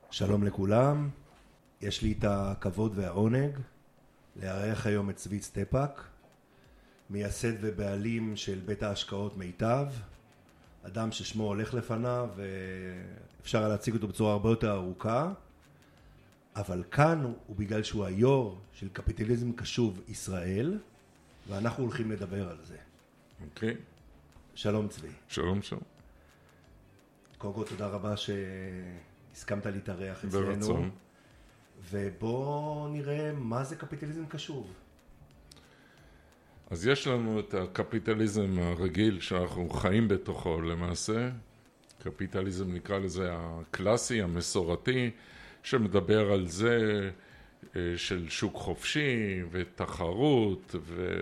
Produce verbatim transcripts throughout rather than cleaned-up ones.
שלום לכולם, יש לי את הכבוד והעונג לארח היום את צבי סטפאק, מייסד ובעלים של בית ההשקעות מיטב, אדם ששמו הולך לפניו ואפשר להציג אותו בצורה הרבה יותר ארוכה, אבל כאן הוא בגלל שהוא היו"ר של קפיטליזם קשוב ישראל, ואנחנו הולכים לדבר על זה. אוקיי. שלום צבי. שלום שלום. קודם כל תודה רבה שהסכמת להתארח אצלנו. ברצון. ובוא נראה מה זה קפיטליזם קשוב. אז יש לנו את הקפיטליזם הרגיל שאנחנו חיים בתוכו למעשה. קפיטליזם נקרא לזה הקלאסי, המסורתי, שמדבר על זה של שוק חופשי ותחרות,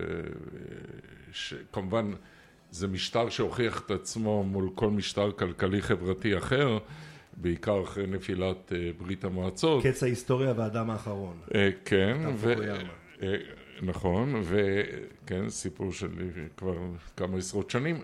וכמובן זה משטר שהוכיח את עצמו מול כל משטר כלכלי חברתי אחר, בעיקר אחרי נפילת ברית המועצות. קץ ההיסטוריה והאדם האחרון. כן, ו... נכון, וכן, סיפור שלי כבר כמה עשרות שנים,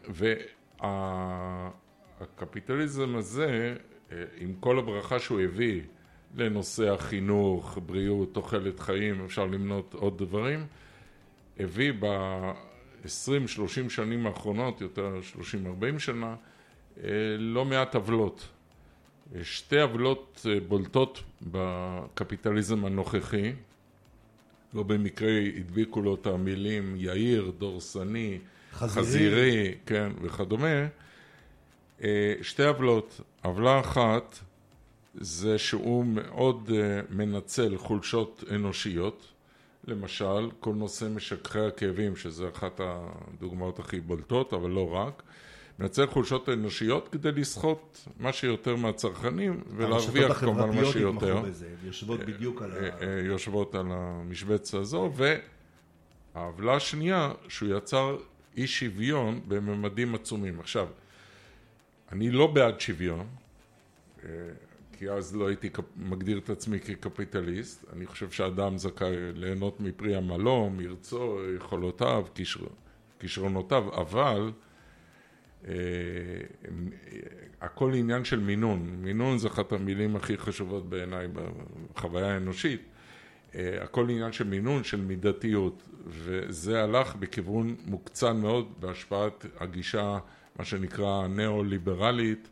והקפיטליזם הזה, עם כל הברכה שהוא הביא לנושא החינוך, בריאות, תוחלת חיים, אפשר למנות עוד דברים, הביא ב-עשרים שלושים שנים האחרונות, יותר שלושים ארבעים שנה, לא מעט עוולות. שתי עוולות בולטות בקפיטליזם הנוכחי, לא במקרה הדביקו לו את המילים יאיר, דורסני, חזירי, חזירי כן, וכדומה. שתי עוולות. עוולה אחת זה שהוא מאוד מנצל חולשות אנושיות, למשל כל נושא משככי הכאבים, שזה אחת הדוגמאות הכי בולטות, אבל לא רק. מנצל חולשות אנושיות כדי לסחוט מה שיותר מהצרכנים ולהרוויח כמובן מה שיותר. יושבות בדיוק על ה... יושבות על המשבצת הזו, והעוולה השנייה שהוא יצר אי שוויון בממדים עצומים. עכשיו, אני לא בעד שוויון, כי אז לא הייתי מגדיר את עצמי כקפיטליסט. אני חושב שאדם זכאי ליהנות מפרי עמלו, מרצו, יכולותיו, כישרונותיו, אבל הכל עניין של מינון. מינון זה אחת המילים הכי חשובות בעיניי בחוויה האנושית. הכל עניין של מינון, של מידתיות, וזה הלך בכיוון מוקצן מאוד בהשפעת הגישה, מה שנקרא נאו-ליברלית,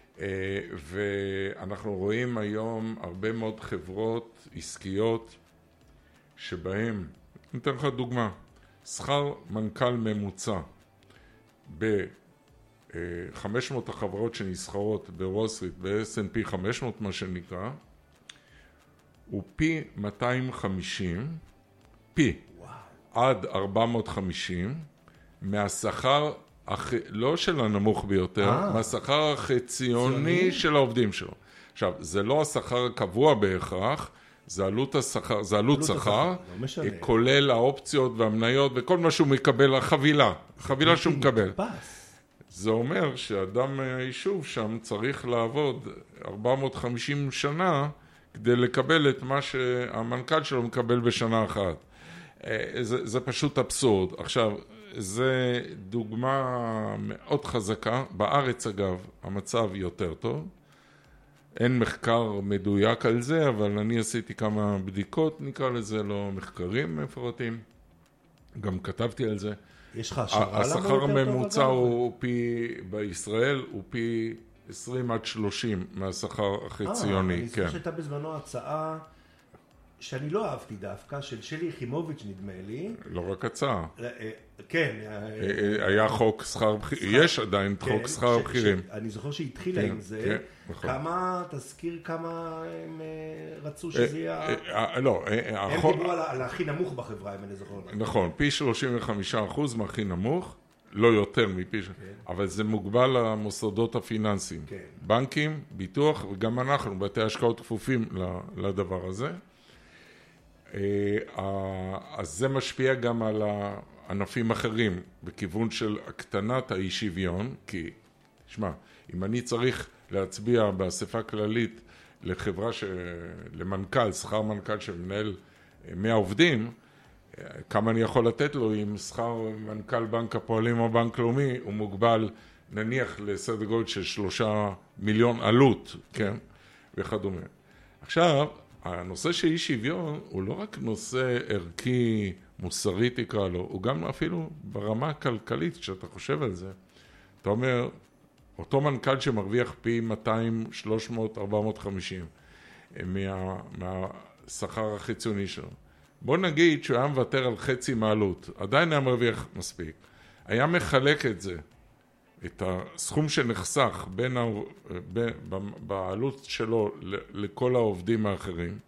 ואנחנו רואים היום הרבה מאוד חברות עסקיות שבהן, אני אתן לך דוגמה, שכר מנכ"ל ממוצע ב חמש מאות החברות שנסחרות בוול סטריט, ב-אס אנד פי חמש מאות מה שנקרא, הוא פי מאתיים וחמישים, פי, וואו. עד ארבע מאות וחמישים, מהשכר, הח... לא של הנמוך ביותר, אה. מהשכר החציוני ציוני? של העובדים שלו. עכשיו, זה לא השכר הקבוע בהכרח, זה עלות השכר, זה עלות שכר, לא כולל האופציות והמניות וכל מה שהוא מקבל, החבילה, החבילה שהוא מקבל. פס. זה אומר שאדם מהיישוב שם צריך לעבוד ארבע מאות וחמישים שנה כדי לקבל את מה שהמנכ"ל שלו מקבל בשנה אחת. זה, זה פשוט אבסורד. עכשיו, זה דוגמה מאוד חזקה. בארץ אגב, המצב יותר טוב. אין מחקר מדויק על זה, אבל אני עשיתי כמה בדיקות, נקרא לזה לא מחקרים מפורטים. גם כתבתי על זה. יש לך השערה למה יותר טוב? השכר הממוצע הוא פי, בישראל הוא פי עשרים עד שלושים מהשכר החציוני. אני זוכר שהייתה בזמנו הצעה שאני לא אהבתי דווקא, של שלי יחימוביץ' נדמה לי. לא רק הצעה. כן. היה חוק שכר בכירים, יש עדיין חוק שכר בכירים. אני זוכר שהתחילה עם זה. כמה, תזכיר כמה הם רצו שזה יהיה... לא. הם דיברו על הכי נמוך בחברה, אם אני זוכר. נכון, פי שלושים וחמישה אחוז מהכי נמוך, לא יותר מפי... אבל זה מוגבל למוסדות הפיננסיים. בנקים, ביטוח, וגם אנחנו, בתי השקעות כפופים לדבר הזה. אז זה משפיע גם על הענפים אחרים, בכיוון של הקטנת האי שוויון, כי, תשמע, אם אני צריך להצביע באספה כללית לחברה, ש... למנכ"ל, שכר מנכ"ל שמנהל מאה עובדים, כמה אני יכול לתת לו אם שכר מנכ"ל בנק הפועלים או בנק לאומי הוא מוגבל נניח לסדר גודל של שלושה מיליון עלות, כן, וכדומה. עכשיו, הנושא של אי שוויון הוא לא רק נושא ערכי, מוסרי תקרא לו, הוא גם אפילו ברמה הכלכלית, כשאתה חושב על זה. אתה אומר, אותו מנכ"ל שמרוויח פי מאתיים, שלוש מאות, ארבע מאות וחמישים מה, מהשכר החציוני שלו. בוא נגיד שהוא היה מוותר על חצי מעלות, עדיין היה מרוויח מספיק. היה מחלק את זה, את הסכום שנחסך בין, בין, בעלות שלו לכל העובדים האחרים,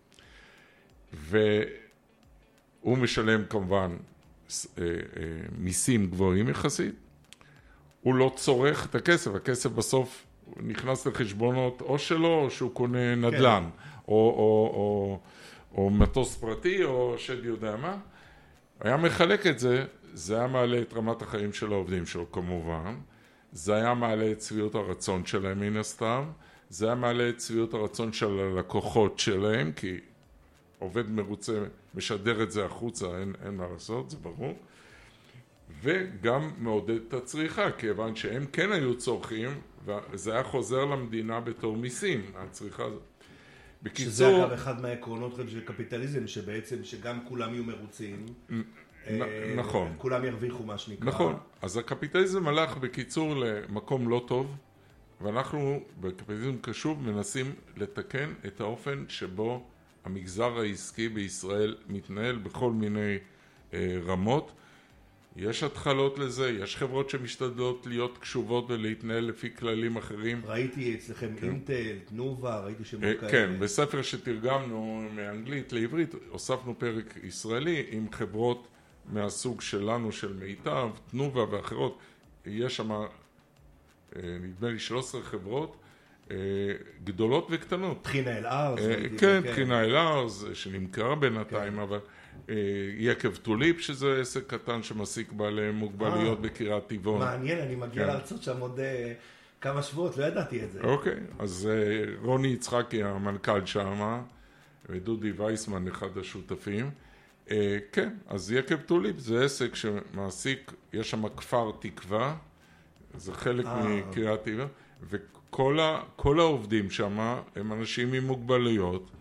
והוא משלם כמובן מיסים גבוהים יחסית, הוא לא צורך את הכסף, הכסף בסוף נכנס לחשבונות או שלו, או שהוא קונה נדל"ן, כן. או, או, או, או מטוס פרטי, או שד יודע מה. היה מחלק את זה, זה היה מעלה את רמת החיים של העובדים שלו כמובן, זה היה מעלה את צביעות הרצון שלהם מן הסתם, זה היה מעלה את צביעות הרצון של הלקוחות שלהם, כי עובד מרוצה משדר את זה החוצה, אין, אין מה לעשות, זה ברור. וגם מעודד את הצריכה, כיוון שהם כן היו צורכים, וזה היה חוזר למדינה בתור מיסים, הצריכה הזאת. בקיצור... שזה אגב אחד מהעקרונות של קפיטליזם, שבעצם שגם כולם יהיו מרוצים. נ- נכון. כולם ירוויחו מה שנקרא. נכון. אז הקפיטליזם הלך בקיצור למקום לא טוב, ואנחנו בקפיטליזם קשוב מנסים לתקן את האופן שבו המגזר העסקי בישראל מתנהל בכל מיני אה, רמות. יש התחלות לזה, יש חברות שמשתדלות להיות קשובות ולהתנהל לפי כללים אחרים. ראיתי אצלכם כן. אינטל, תנובה, ראיתי שמות אה, כאלה. כן, בספר שתרגמנו מאנגלית לעברית, הוספנו פרק ישראלי עם חברות מהסוג שלנו, של מיטב, תנובה ואחרות. יש שם, נדמה לי, שלוש עשרה חברות, גדולות וקטנות. תחינה אל-ארז. כן, תחינה אל-ארז, שנמכרה בינתיים, אבל יקב טוליפ, שזה עסק קטן שמעסיק בעלי מוגבלויות בקריית טבעון. מעניין, אני מגיע לארצות שם עוד כמה שבועות, לא ידעתי את זה. אוקיי, אז רוני יצחקי, המנכ"ל שם, ודודי וייסמן, אחד השותפים. כן, אז יקב טוליפ זה עסק שמעסיק, יש שם כפר תקווה, זה חלק מקריית טבעון, וכל ה, כל העובדים שם הם אנשים עם מוגבלויות,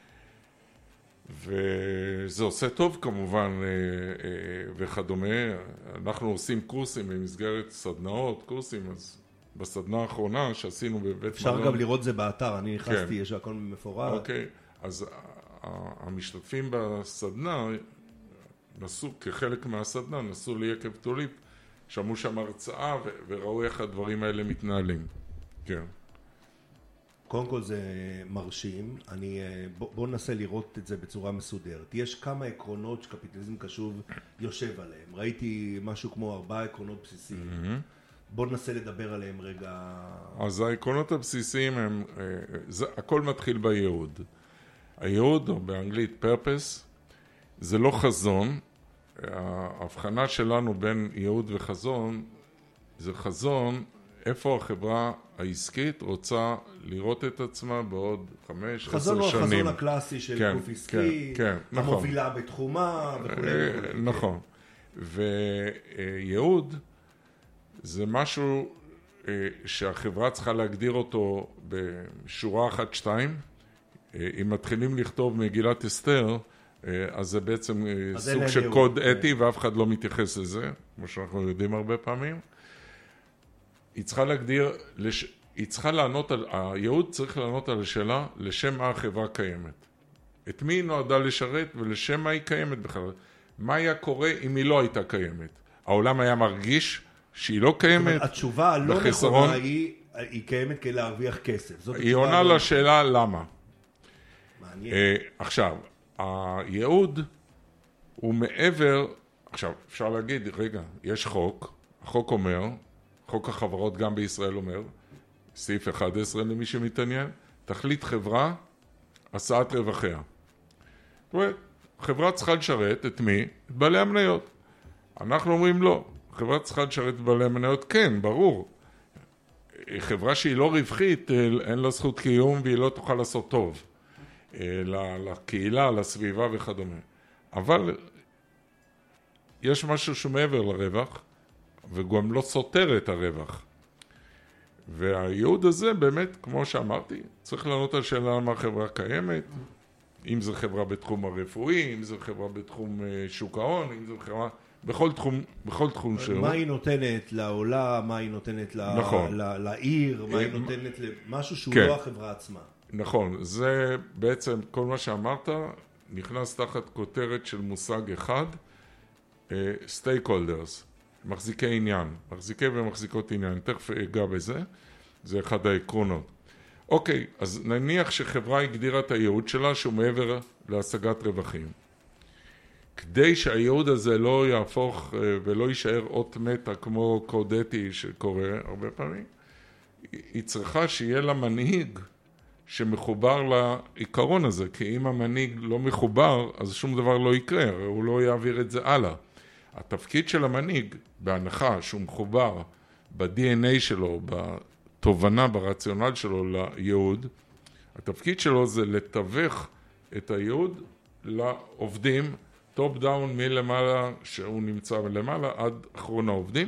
וזה עושה טוב כמובן וכדומה. אנחנו עושים קורסים במסגרת סדנאות, קורסים, אז בסדנה האחרונה שעשינו בבית אפשר מלון. אפשר גם לראות זה באתר, אני נכנסתי, כן. יש הכל מפורט. אוקיי, אז המשתתפים בסדנה נסו, כחלק מהסדנה, נסו ליקב טוליפ, שמעו שם הרצאה וראו איך הדברים האלה מתנהלים. כן. קודם כל זה מרשים, אני, בוא, בוא ננסה לראות את זה בצורה מסודרת. יש כמה עקרונות שקפיטליזם קשוב יושב עליהם. ראיתי משהו כמו ארבעה עקרונות בסיסיים. Mm-hmm. בוא ננסה לדבר עליהם רגע. אז העקרונות הבסיסיים הם, זה, הכל מתחיל בייעוד. הייעוד, או באנגלית purpose, זה לא חזון. ההבחנה שלנו בין ייעוד וחזון, זה חזון, איפה החברה העסקית רוצה לראות את עצמה בעוד חמש, עשר שנים. חזון הוא החזון הקלאסי של כן, גוף עסקי, כן, כן, המובילה נכון. בתחומה וכו'. נכון. וייעוד זה משהו שהחברה צריכה להגדיר אותו בשורה אחת, שתיים. אם מתחילים לכתוב מגילת אסתר, אז זה בעצם אז סוג של קוד אתי, ואף אחד לא מתייחס לזה, כמו שאנחנו יודעים הרבה פעמים. היא צריכה להגדיר, היא צריכה לענות על, הייעוד צריך לענות על השאלה, לשם מה החברה קיימת. את מי היא נועדה לשרת ולשם מה היא קיימת בכלל. מה היה קורה אם היא לא הייתה קיימת? העולם היה מרגיש שהיא לא קיימת. זאת אומרת, התשובה הלא נכונה היא, היא קיימת כדי להרוויח כסף. היא עונה לשאלה למה. מעניין. עכשיו, הייעוד הוא מעבר, עכשיו אפשר להגיד, רגע, יש חוק, החוק אומר, חוק החברות גם בישראל אומר, סעיף אחת עשרה למי שמתעניין, תכלית חברה, השאת רווחיה. זאת אומרת, חברה צריכה לשרת את מי? את בעלי המניות. אנחנו אומרים לא, חברה צריכה לשרת את בעלי המניות, כן, ברור. חברה שהיא לא רווחית, אין לה זכות קיום והיא לא תוכל לעשות טוב. לקהילה, לסביבה וכדומה. אבל יש משהו שמעבר לרווח, וגם לא סותר את הרווח. והייעוד הזה באמת, כמו שאמרתי, צריך לענות על שאלה מה החברה קיימת, אם זו חברה בתחום הרפואי, אם זו חברה בתחום שוק ההון, אם זו חברה... בכל תחום, בכל תחום שהוא. מה היא נותנת לעולם, מה היא נותנת ל... נכון. ל... לעיר, מה היא נותנת למשהו שהוא כן. לא החברה עצמה. נכון, זה בעצם כל מה שאמרת נכנס תחת כותרת של מושג אחד, stakeholders, מחזיקי עניין, מחזיקי ומחזיקות עניין, תכף אגע בזה, זה אחד העקרונות. אוקיי, אז נניח שחברה הגדירה את הייעוד שלה שהוא מעבר להשגת רווחים. כדי שהייעוד הזה לא יהפוך ולא יישאר אות מתה כמו קודטי שקורה הרבה פעמים, היא צריכה שיהיה לה מנהיג שמחובר לעיקרון הזה, כי אם המנהיג לא מחובר, אז שום דבר לא יקרה, הוא לא יעביר את זה הלאה. התפקיד של המנהיג, בהנחה שהוא מחובר ב-די אן איי שלו, בתובנה, ברציונל שלו לייעוד, התפקיד שלו זה לתווך את הייעוד לעובדים, טופ דאון מלמעלה, שהוא נמצא מלמעלה, עד אחרון העובדים,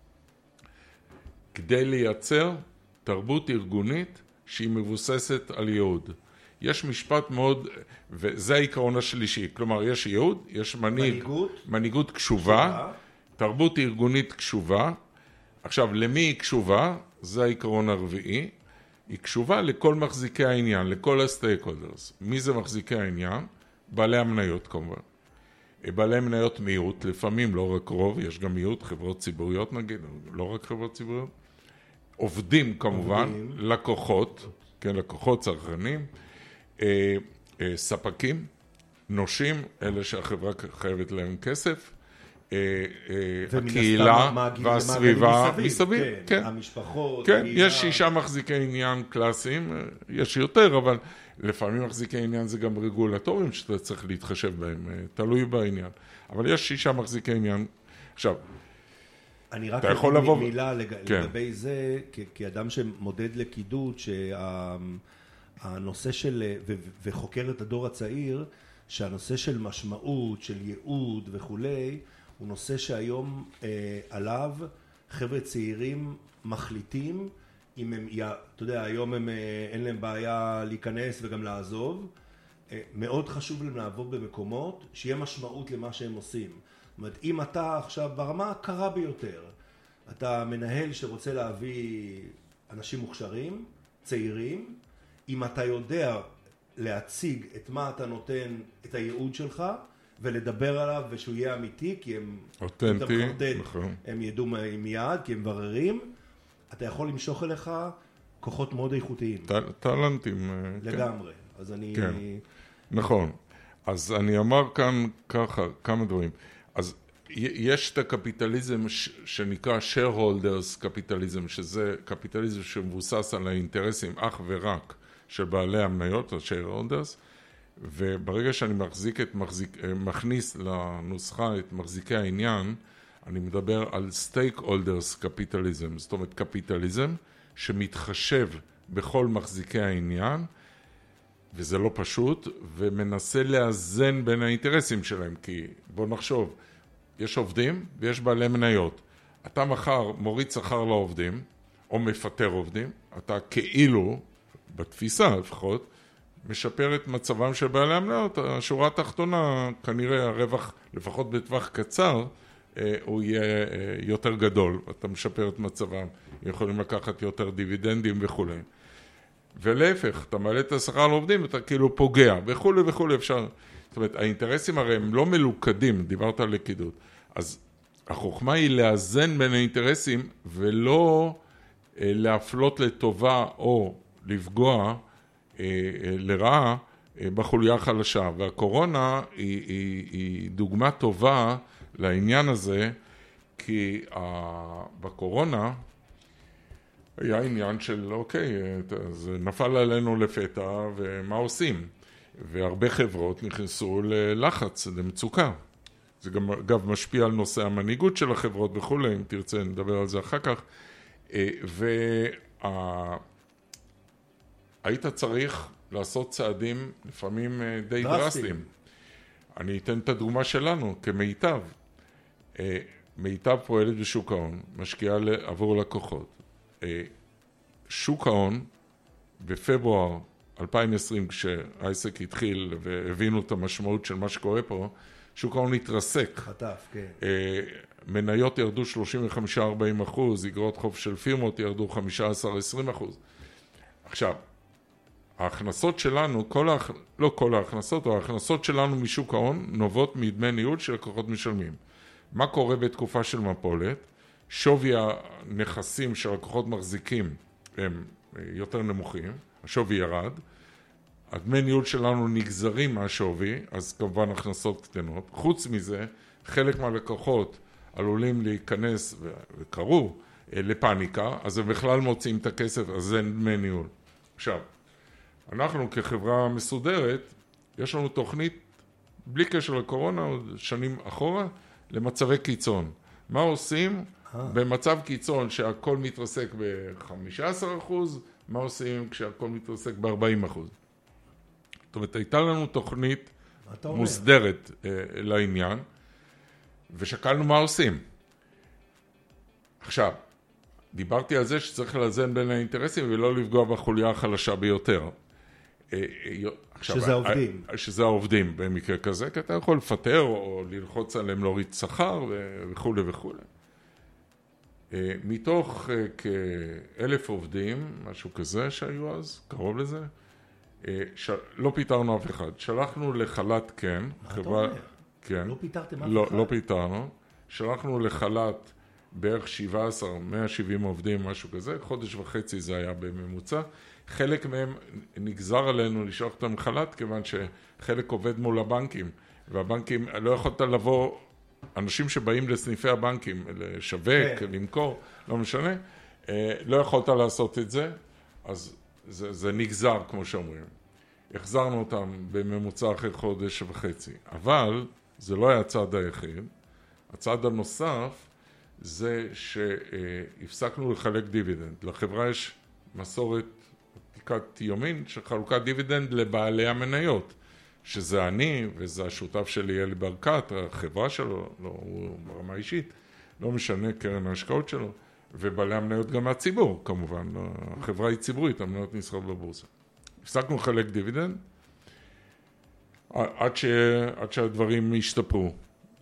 כדי לייצר תרבות ארגונית שהיא מבוססת על ייעוד. יש משפט מאוד, וזה העיקרון השלישי, כלומר יש ייעוד, יש מנהיג, מנהיגות, מנהיגות קשובה, קשובה, תרבות ארגונית קשובה. עכשיו, למי היא קשובה? זה העיקרון הרביעי. היא קשובה לכל מחזיקי העניין, לכל הסטייקהולדרס. מי זה מחזיקי העניין? בעלי המניות כמובן. בעלי מניות מיעוט, לפעמים לא רק רוב, יש גם מיעוט, חברות ציבוריות נגיד, לא רק חברות ציבוריות. עובדים כמובן, עובדים. לקוחות, כן, לקוחות, צרכנים, אה, אה, ספקים, נושים, אלה שהחברה חייבת להם כסף, אה, אה, הקהילה והסביבה, מסביב, כן, כן. המשפחות, כן, הקהילה. יש שישה מחזיקי עניין קלאסיים, יש יותר, אבל לפעמים מחזיקי עניין זה גם רגולטורים שאתה צריך להתחשב בהם, תלוי בעניין. אבל יש שישה מחזיקי עניין. עכשיו, אני רק אגיד לבוא... מילה לג... כן. לגבי זה, כ- כאדם שמודד לקידוד, שהנושא של, ו- וחוקר את הדור הצעיר, שהנושא של משמעות, של ייעוד וכולי, הוא נושא שהיום אה, עליו חבר'ה צעירים מחליטים, אם הם, אתה יודע, היום הם, אין להם בעיה להיכנס וגם לעזוב, מאוד חשוב להם לעבוד במקומות שיהיה משמעות למה שהם עושים. זאת אומרת, אם אתה עכשיו ברמה הקרה ביותר, אתה מנהל שרוצה להביא אנשים מוכשרים, צעירים, אם אתה יודע להציג את מה אתה נותן, את הייעוד שלך, ולדבר עליו ושהוא יהיה אמיתי, כי הם... אותנטי, נכון. הם ידעו מיד, כי הם מבררים, אתה יכול למשוך אליך כוחות מאוד איכותיים. טלנטים. לגמרי. אז אני... כן, נכון. אז אני אמר כאן ככה, כמה דברים. אז יש את הקפיטליזם שנקרא shareholders קפיטליזם, שזה קפיטליזם שמבוסס על האינטרסים אך ורק של בעלי המניות, ה-shareholders, וברגע שאני מחזיק את, מחזיק, מכניס לנוסחה את מחזיקי העניין, אני מדבר על stakeholders קפיטליזם, זאת אומרת קפיטליזם שמתחשב בכל מחזיקי העניין, וזה לא פשוט, ומנסה לאזן בין האינטרסים שלהם, כי בוא נחשוב, יש עובדים ויש בעלי מניות. אתה מחר מוריד שכר לעובדים, או מפטר עובדים, אתה כאילו, בתפיסה לפחות, משפר את מצבם של בעלי המניות. השורה התחתונה, כנראה הרווח, לפחות בטווח קצר, הוא יהיה יותר גדול. אתה משפר את מצבם, יכולים לקחת יותר דיבידנדים וכו'. ולהפך, אתה מעלה את השכר לעובדים, אתה כאילו פוגע, וכו' וכו' אפשר. זאת אומרת, האינטרסים הרי הם לא מלוכדים, דיברת על לקידות. אז החוכמה היא לאזן בין האינטרסים, ולא אה, להפלות לטובה או לפגוע אה, אה, לרעה אה, בחוליה חלשה. והקורונה היא, היא, היא דוגמה טובה לעניין הזה, כי אה, בקורונה, היה עניין של, אוקיי, זה נפל עלינו לפתע, ומה עושים? והרבה חברות נכנסו ללחץ, למצוקה. זה גם, אגב, משפיע על נושא המנהיגות של החברות וכו', אם תרצה, נדבר על זה אחר כך. והיית צריך לעשות צעדים לפעמים די דרסטיים. אני אתן את הדוגמה שלנו, כמיטב. מיטב פועלת בשוק ההון, משקיעה עבור לקוחות. שוק ההון בפברואר אלפיים ועשרים, כשהעסק התחיל והבינו את המשמעות של מה שקורה פה, שוק ההון התרסק. חטף, כן. מניות ירדו שלושים וחמישה עד ארבעים אחוז, אגרות חוב של פירמות ירדו חמישה עשר עד עשרים אחוז. עכשיו, ההכנסות שלנו, כל ההכ... לא כל ההכנסות, או ההכנסות שלנו משוק ההון נובעות מדמי ניהול שלקוחות משלמים. מה קורה בתקופה של מפולת? שווי הנכסים שלקוחות מחזיקים הם יותר נמוכים, השווי ירד, הדמי ניהול שלנו נגזרים מהשווי, אז כמובן הכנסות קטנות. חוץ מזה, חלק מהלקוחות עלולים להיכנס, וקרו, לפאניקה, אז הם בכלל מוצאים את הכסף, אז זה דמי ניהול. עכשיו, אנחנו כחברה מסודרת, יש לנו תוכנית, בלי קשר לקורונה, עוד שנים אחורה, למצבי קיצון. מה עושים? במצב קיצון שהכל מתרסק ב-חמישה עשר אחוז, מה עושים כשהכל מתרסק ב-ארבעים אחוז? זאת אומרת, הייתה לנו תוכנית מוסדרת אה, לעניין, ושקלנו מה עושים. עכשיו, דיברתי על זה שצריך לאזן בין האינטרסים ולא לפגוע בחוליה החלשה ביותר. עכשיו, שזה העובדים. שזה העובדים במקרה כזה, כי אתה יכול לפטר או ללחוץ עליהם להוריד שכר וכו' וכו'. מתוך כאלף עובדים, משהו כזה שהיו אז, קרוב לזה, ש... לא פיתרנו אף אחד. שלחנו לחל"ת כן. מה חברה... אתה אומר? כן. לא פיתרתם אף לא, אחד? לא פיתרנו. שלחנו לחל"ת בערך שבעה עשר, מאה ושבעים עובדים, משהו כזה. חודש וחצי זה היה בממוצע. חלק מהם נגזר עלינו לשלוח אותם לחל"ת, כיוון שחלק עובד מול הבנקים, והבנקים, לא יכולת לבוא, אנשים שבאים לסניפי הבנקים, לשווק, כן. למכור, לא משנה, לא יכולת לעשות את זה, אז זה, זה נגזר, כמו שאומרים. החזרנו אותם בממוצע אחרי חודש וחצי, אבל זה לא היה הצעד היחיד. הצעד הנוסף זה שהפסקנו לחלק דיבידנד. לחברה יש מסורת עתיקת יומין של חלוקת דיבידנד לבעלי המניות, שזה אני וזה השותף שלי אלי ברקת, החברה שלו, לא, הוא ברמה אישית, לא משנה קרן ההשקעות שלו, ובעלי המניות גם מהציבור, כמובן. החברה היא ציבורית, המניות נסחרות בבורסה. הפסקנו לחלק דיבידנד, עד, ש... עד שהדברים השתפרו.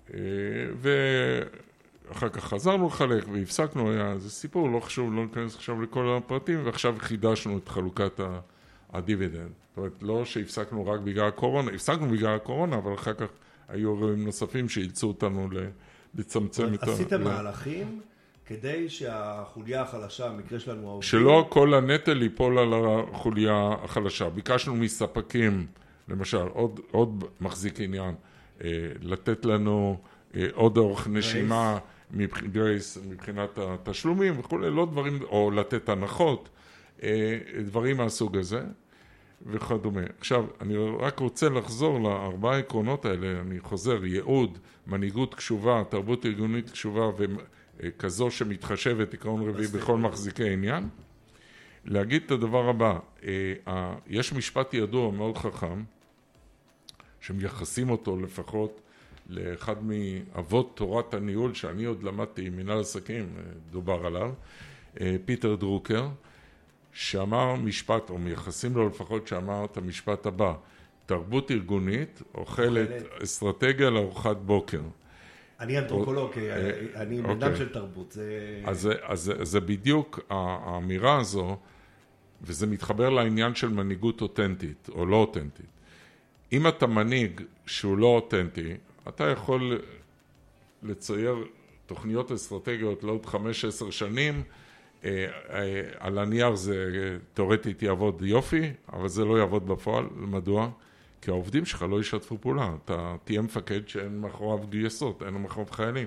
ואחר כך חזרנו לחלק והפסקנו, היה איזה סיפור, לא חשוב, לא ניכנס עכשיו לכל הפרטים, ועכשיו חידשנו את חלוקת הדיבידנד. זאת אומרת, לא שהפסקנו רק בגלל הקורונה, הפסקנו בגלל הקורונה, אבל אחר כך היו אירועים נוספים שאילצו אותנו לצמצם את ה... עשיתם מהלכים כדי שהחוליה החלשה, המקרה שלנו העובדים... שלא כל הנטל ייפול על החוליה החלשה. ביקשנו מספקים, למשל, עוד, עוד מחזיק עניין, לתת לנו עוד אורך נשימה גרייס מבחינת התשלומים וכו', לא דברים, או לתת הנחות, דברים מהסוג הזה וכדומה. עכשיו, אני רק רוצה לחזור לארבעה עקרונות האלה, אני חוזר, ייעוד, מנהיגות קשובה, תרבות ארגונית קשובה וכזו שמתחשבת, עקרון רביעי בכל מחזיקי עניין. להגיד את הדבר הבא, יש משפט ידוע מאוד חכם, שמייחסים אותו לפחות לאחד מאבות תורת הניהול שאני עוד למדתי עם מנהל עסקים, דובר עליו, פיטר דרוקר, שאמר משפט, או מייחסים לו לפחות שאמר את המשפט הבא, תרבות ארגונית אוכלת אסטרטגיה לארוחת בוקר. אני אנתרופולוג, אני מדם של תרבות. אז זה בדיוק האמירה הזו, וזה מתחבר לעניין של מנהיגות אותנטית או לא אותנטית. אם אתה מנהיג שהוא לא אותנטי, אתה יכול לצייר תוכניות אסטרטגיות לעוד חמש עשר שנים, על הנייר זה תיאורטית יעבוד יופי, אבל זה לא יעבוד בפועל. מדוע? כי העובדים שלך לא ישתפו פעולה. אתה תהיה מפקד שאין מאחוריו גייסות, אין מאחוריו חיילים.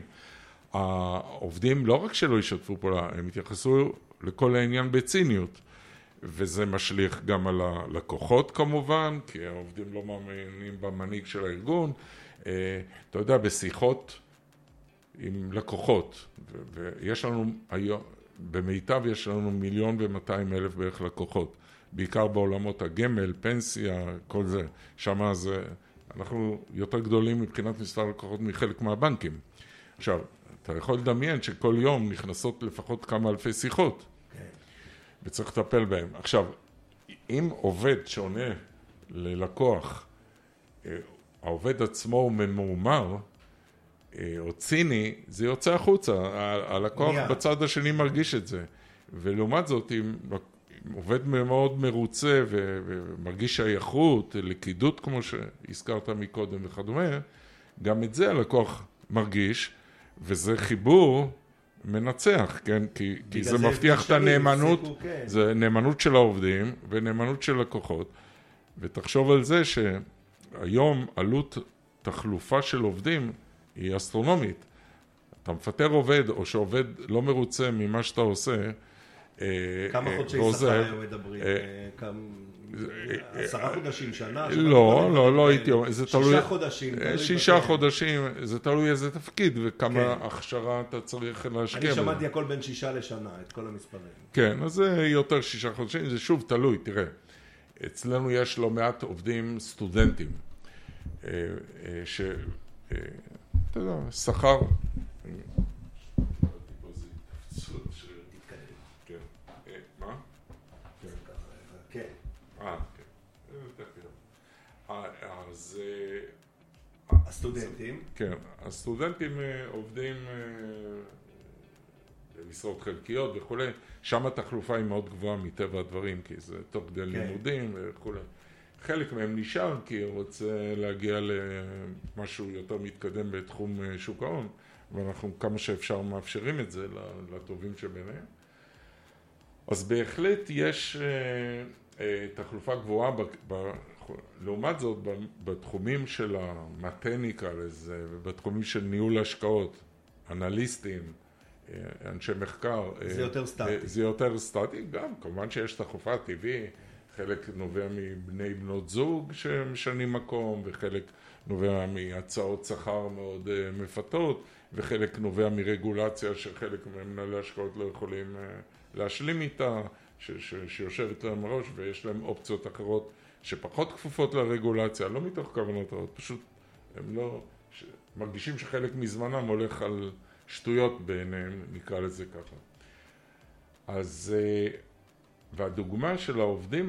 העובדים לא רק שלא ישתפו פעולה, הם יתייחסו לכל העניין בציניות. וזה משליך גם על הלקוחות כמובן, כי העובדים לא מאמינים במנהיג של הארגון. אתה יודע, בשיחות עם לקוחות, ויש לנו היום, במיטב יש לנו מיליון ומאתיים אלף בערך לקוחות, בעיקר בעולמות הגמל, פנסיה, כל זה. שם זה, אנחנו יותר גדולים מבחינת מספר לקוחות מחלק מהבנקים. עכשיו, אתה יכול לדמיין שכל יום נכנסות לפחות כמה אלפי שיחות. וצריך לטפל בהם. עכשיו, אם עובד שעונה ללקוח, העובד עצמו הוא ממורמר, או ציני, זה יוצא החוצה. הלקוח מיד. בצד השני מרגיש את זה. ולעומת זאת, אם עובד מאוד מרוצה ומרגיש שייכות, לקידות כמו שהזכרת מקודם וכדומה, גם את זה הלקוח מרגיש, וזה חיבור מנצח, כן? כי, כי זה, זה מבטיח את הנאמנות, סיפור, כן. זה נאמנות של העובדים ונאמנות של לקוחות, ותחשוב על זה שהיום עלות תחלופה של עובדים היא אסטרונומית. אתה מפטר עובד או שעובד לא מרוצה ממה שאתה עושה, כמה חודשי שכר היום מדברים? עשרה חודשים, שנה? לא, לא, לא הייתי אומר. שישה חודשים. שישה חודשים, זה תלוי איזה תפקיד וכמה הכשרה אתה צריך להשקיע. אני שמעתי הכל בין שישה לשנה, את כל המספרים. כן, אז זה יותר שישה חודשים, זה שוב תלוי, תראה. אצלנו יש לא מעט עובדים סטודנטים, ש... אתה יודע, שכר... כן. אה, כן. אז... הסטודנטים? כן, הסטודנטים עובדים במשרות חלקיות וכו'. שם התחלופה היא מאוד גבוהה מטבע הדברים, כי זה תוך כדי לימודים וכו'. חלק מהם נשאר כי הוא רוצה להגיע למשהו יותר מתקדם בתחום שוק ההון, ואנחנו כמה שאפשר מאפשרים את זה לטובים שביניהם. אז בהחלט יש תחלופה גבוהה, לעומת זאת בתחומים של המתניקה לזה, ובתחומים של ניהול השקעות, אנליסטים, אנשי מחקר. זה יותר סטטי. זה יותר סטטי, גם כמובן שיש תחלופה טבעי, חלק נובע מבני בנות זוג שמשנים מקום, וחלק נובע מהצעות שכר מאוד מפתות, וחלק נובע מרגולציה שחלק ממנהלי השקעות לא יכולים להשלים איתה, ש- ש- שיושבת להם ראש ויש להם אופציות אחרות שפחות כפופות לרגולציה, לא מתוך כוונות רעות, פשוט הם לא, ש- מרגישים שחלק מזמנם הולך על שטויות בעיניהם, נקרא לזה ככה. אז, והדוגמה של העובדים,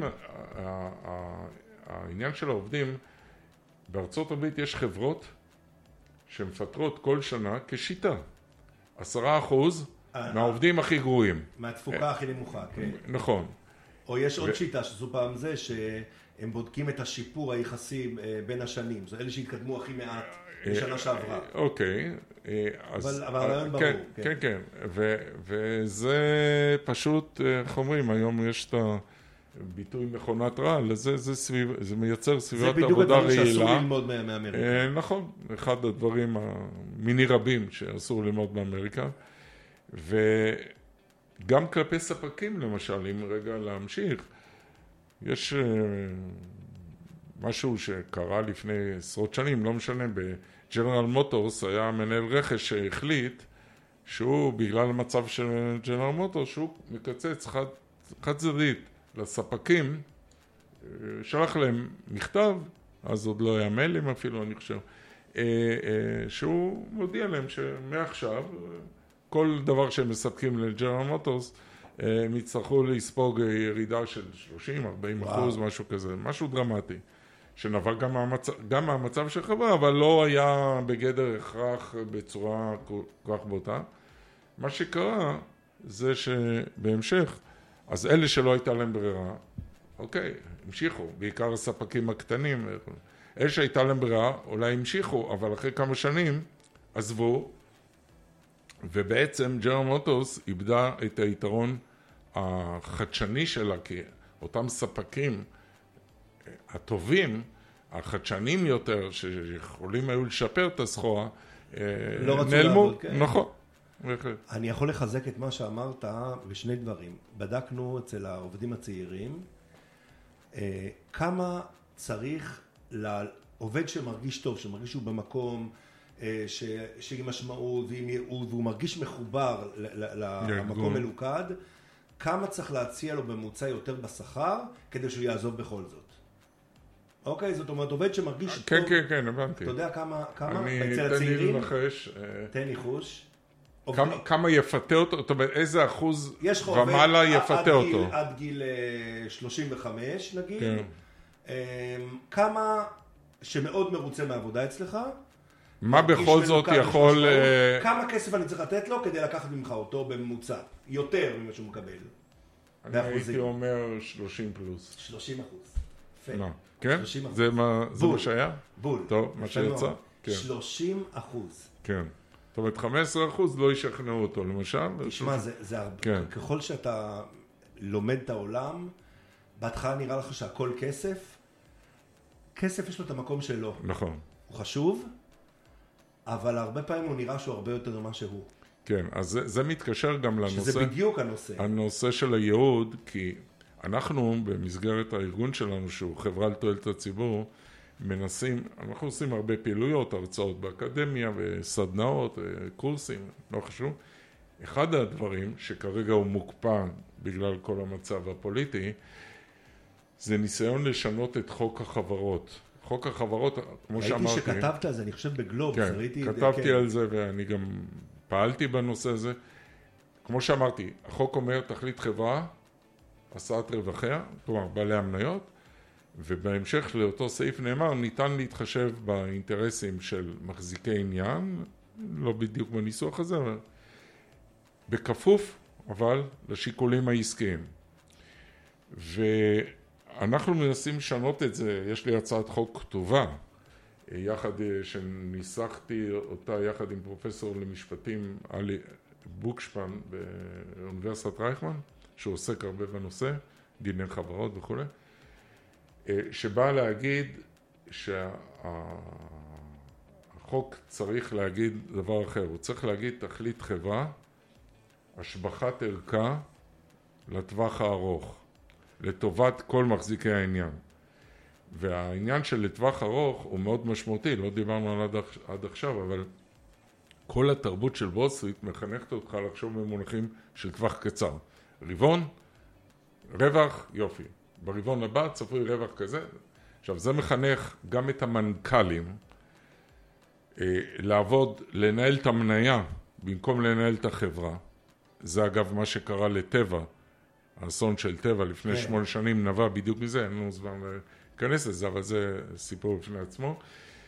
העניין של העובדים, בארצות הברית יש חברות שמפטרות כל שנה כשיטה, עשרה אחוז מהעובדים הכי גרועים. מהתפוקה הכי נמוכה, כן. נכון. או יש עוד שיטה שזו פעם זה, שהם בודקים את השיפור היחסי בין השנים. זו אלה שהתקדמו הכי מעט בשנה שעברה. אוקיי. אבל הרעיון ברור. כן, כן. וזה פשוט, איך אומרים, היום יש את הביטוי מכונת רעל, זה מייצר סביבת עבודה רעילה. זה בדיוק הדברים שאסור ללמוד מאמריקה. נכון. אחד הדברים המיני רבים שאסור ללמוד מאמריקה. וגם כלפי ספקים למשל, אם רגע להמשיך, יש משהו שקרה לפני עשרות שנים, לא משנה, בג'נרל מוטורס היה מנהל רכש שהחליט שהוא, בגלל המצב של ג'נרל מוטורס, שהוא מקצץ חד, חד צדדית לספקים, שלח להם מכתב, אז עוד לא היה מיילים אפילו, אני חושב, שהוא מודיע להם שמעכשיו, כל דבר שהם מספקים לג'נרל מוטורס, הם יצטרכו לספוג ירידה של שלושים ארבעים אחוז, משהו כזה, משהו דרמטי, שנבע גם מהמצב, גם מהמצב של חברה, אבל לא היה בגדר הכרח בצורה כל כך בוטה. מה שקרה זה שבהמשך, אז אלה שלא הייתה להם ברירה, אוקיי, המשיכו, בעיקר הספקים הקטנים, אלה שהייתה להם ברירה, אולי המשיכו, אבל אחרי כמה שנים עזבו, ובעצם ג'נרל מוטורס איבדה את היתרון החדשני שלה, כי אותם ספקים הטובים, החדשנים יותר, שיכולים היו לשפר את הסחורה, לא רצו לעבוד, כן. נכון. אני יכול לחזק את מה שאמרת בשני דברים. בדקנו אצל העובדים הצעירים, כמה צריך לעובד שמרגיש טוב, שמרגיש שהוא במקום, שעם משמעות ועם ייעוד, והוא מרגיש מחובר למקום מלוכד, כמה צריך להציע לו בממוצע יותר בשכר, כדי שהוא יעזוב בכל זאת. אוקיי, זאת אומרת, עובד שמרגיש טוב. כן, כן, כן, הבנתי. אתה יודע כמה, כמה? אני, תן לי לנחש. תן ניחוש. כמה, כמה יפתה אותו, זאת אומרת, איזה אחוז ומעלה יפתה עד אותו? גיל, עד גיל שלושים וחמש נגיד. כן. כמה שמאוד מרוצה מהעבודה אצלך. מה בכל זאת יכול... כמה כסף אני צריך לתת לו כדי לקחת ממך אותו בממוצע? יותר ממה שהוא מקבל. אני הייתי אומר שלושים פלוס. שלושים אחוז. לא. כן? זה מה שהיה? בול. טוב, מה שיצא? שלושים אחוז. כן. זאת אומרת, חמישה עשר אחוז לא ישכנעו אותו, למשל. תשמע, זה הרבה. ככל שאתה לומד את העולם, בהתחלה נראה לך שהכל כסף. כסף יש לו את המקום שלו. נכון. הוא חשוב, אבל הרבה פעמים הוא נראה שהוא הרבה יותר ממה שהוא. כן, אז זה, זה מתקשר גם לנושא... שזה בדיוק הנושא. הנושא של הייעוד, כי אנחנו במסגרת הארגון שלנו, שהוא חברה לתועלת הציבור, מנסים, אנחנו עושים הרבה פעילויות, הרצאות באקדמיה וסדנאות, קורסים, לא חשוב. אחד הדברים שכרגע הוא מוקפא בגלל כל המצב הפוליטי, זה ניסיון לשנות את חוק החברות. חוק החברות, כמו ראיתי שאמרתי... ראיתי שכתבת על זה, אני חושב בגלוב. כן, ראיתי, כתבתי כן. על זה ואני גם פעלתי בנושא הזה. כמו שאמרתי, החוק אומר תכלית חברה, השאת רווחיה, כלומר בעלי המניות, ובהמשך לאותו סעיף נאמר, ניתן להתחשב באינטרסים של מחזיקי עניין, לא בדיוק בניסוח הזה, אבל בכפוף, אבל לשיקולים העסקיים. ואנחנו מנסים לשנות את זה, יש לי הצעת חוק כתובה, יחד שניסחתי אותה יחד עם פרופסור למשפטים אלי בוקשפן באוניברסיטת רייכמן, שהוא עוסק הרבה בנושא, דיני חברות וכו', שבא להגיד שהחוק צריך להגיד דבר אחר, הוא צריך להגיד תכלית חברה, השבחת ערכה לטווח הארוך, לטובת כל מחזיקי העניין. והעניין של לטווח ארוך הוא מאוד משמעותי, לא דיברנו על עד, עד עכשיו, אבל כל התרבות של וול סטריט מחנכת אותך לחשוב במונחים של טווח קצר. רבעון, רווח, יופי. ברבעון הבא צפוי רווח כזה. עכשיו, זה מחנך גם את המנכ"לים אה, לעבוד, לנהל את המניה במקום לנהל את החברה. זה אגב מה שקרה לטבע, האסון של טבע לפני שמונה שנים נבע בדיוק מזה, אין לנו זמן להיכנס לזה, אבל זה סיפור בפני עצמו.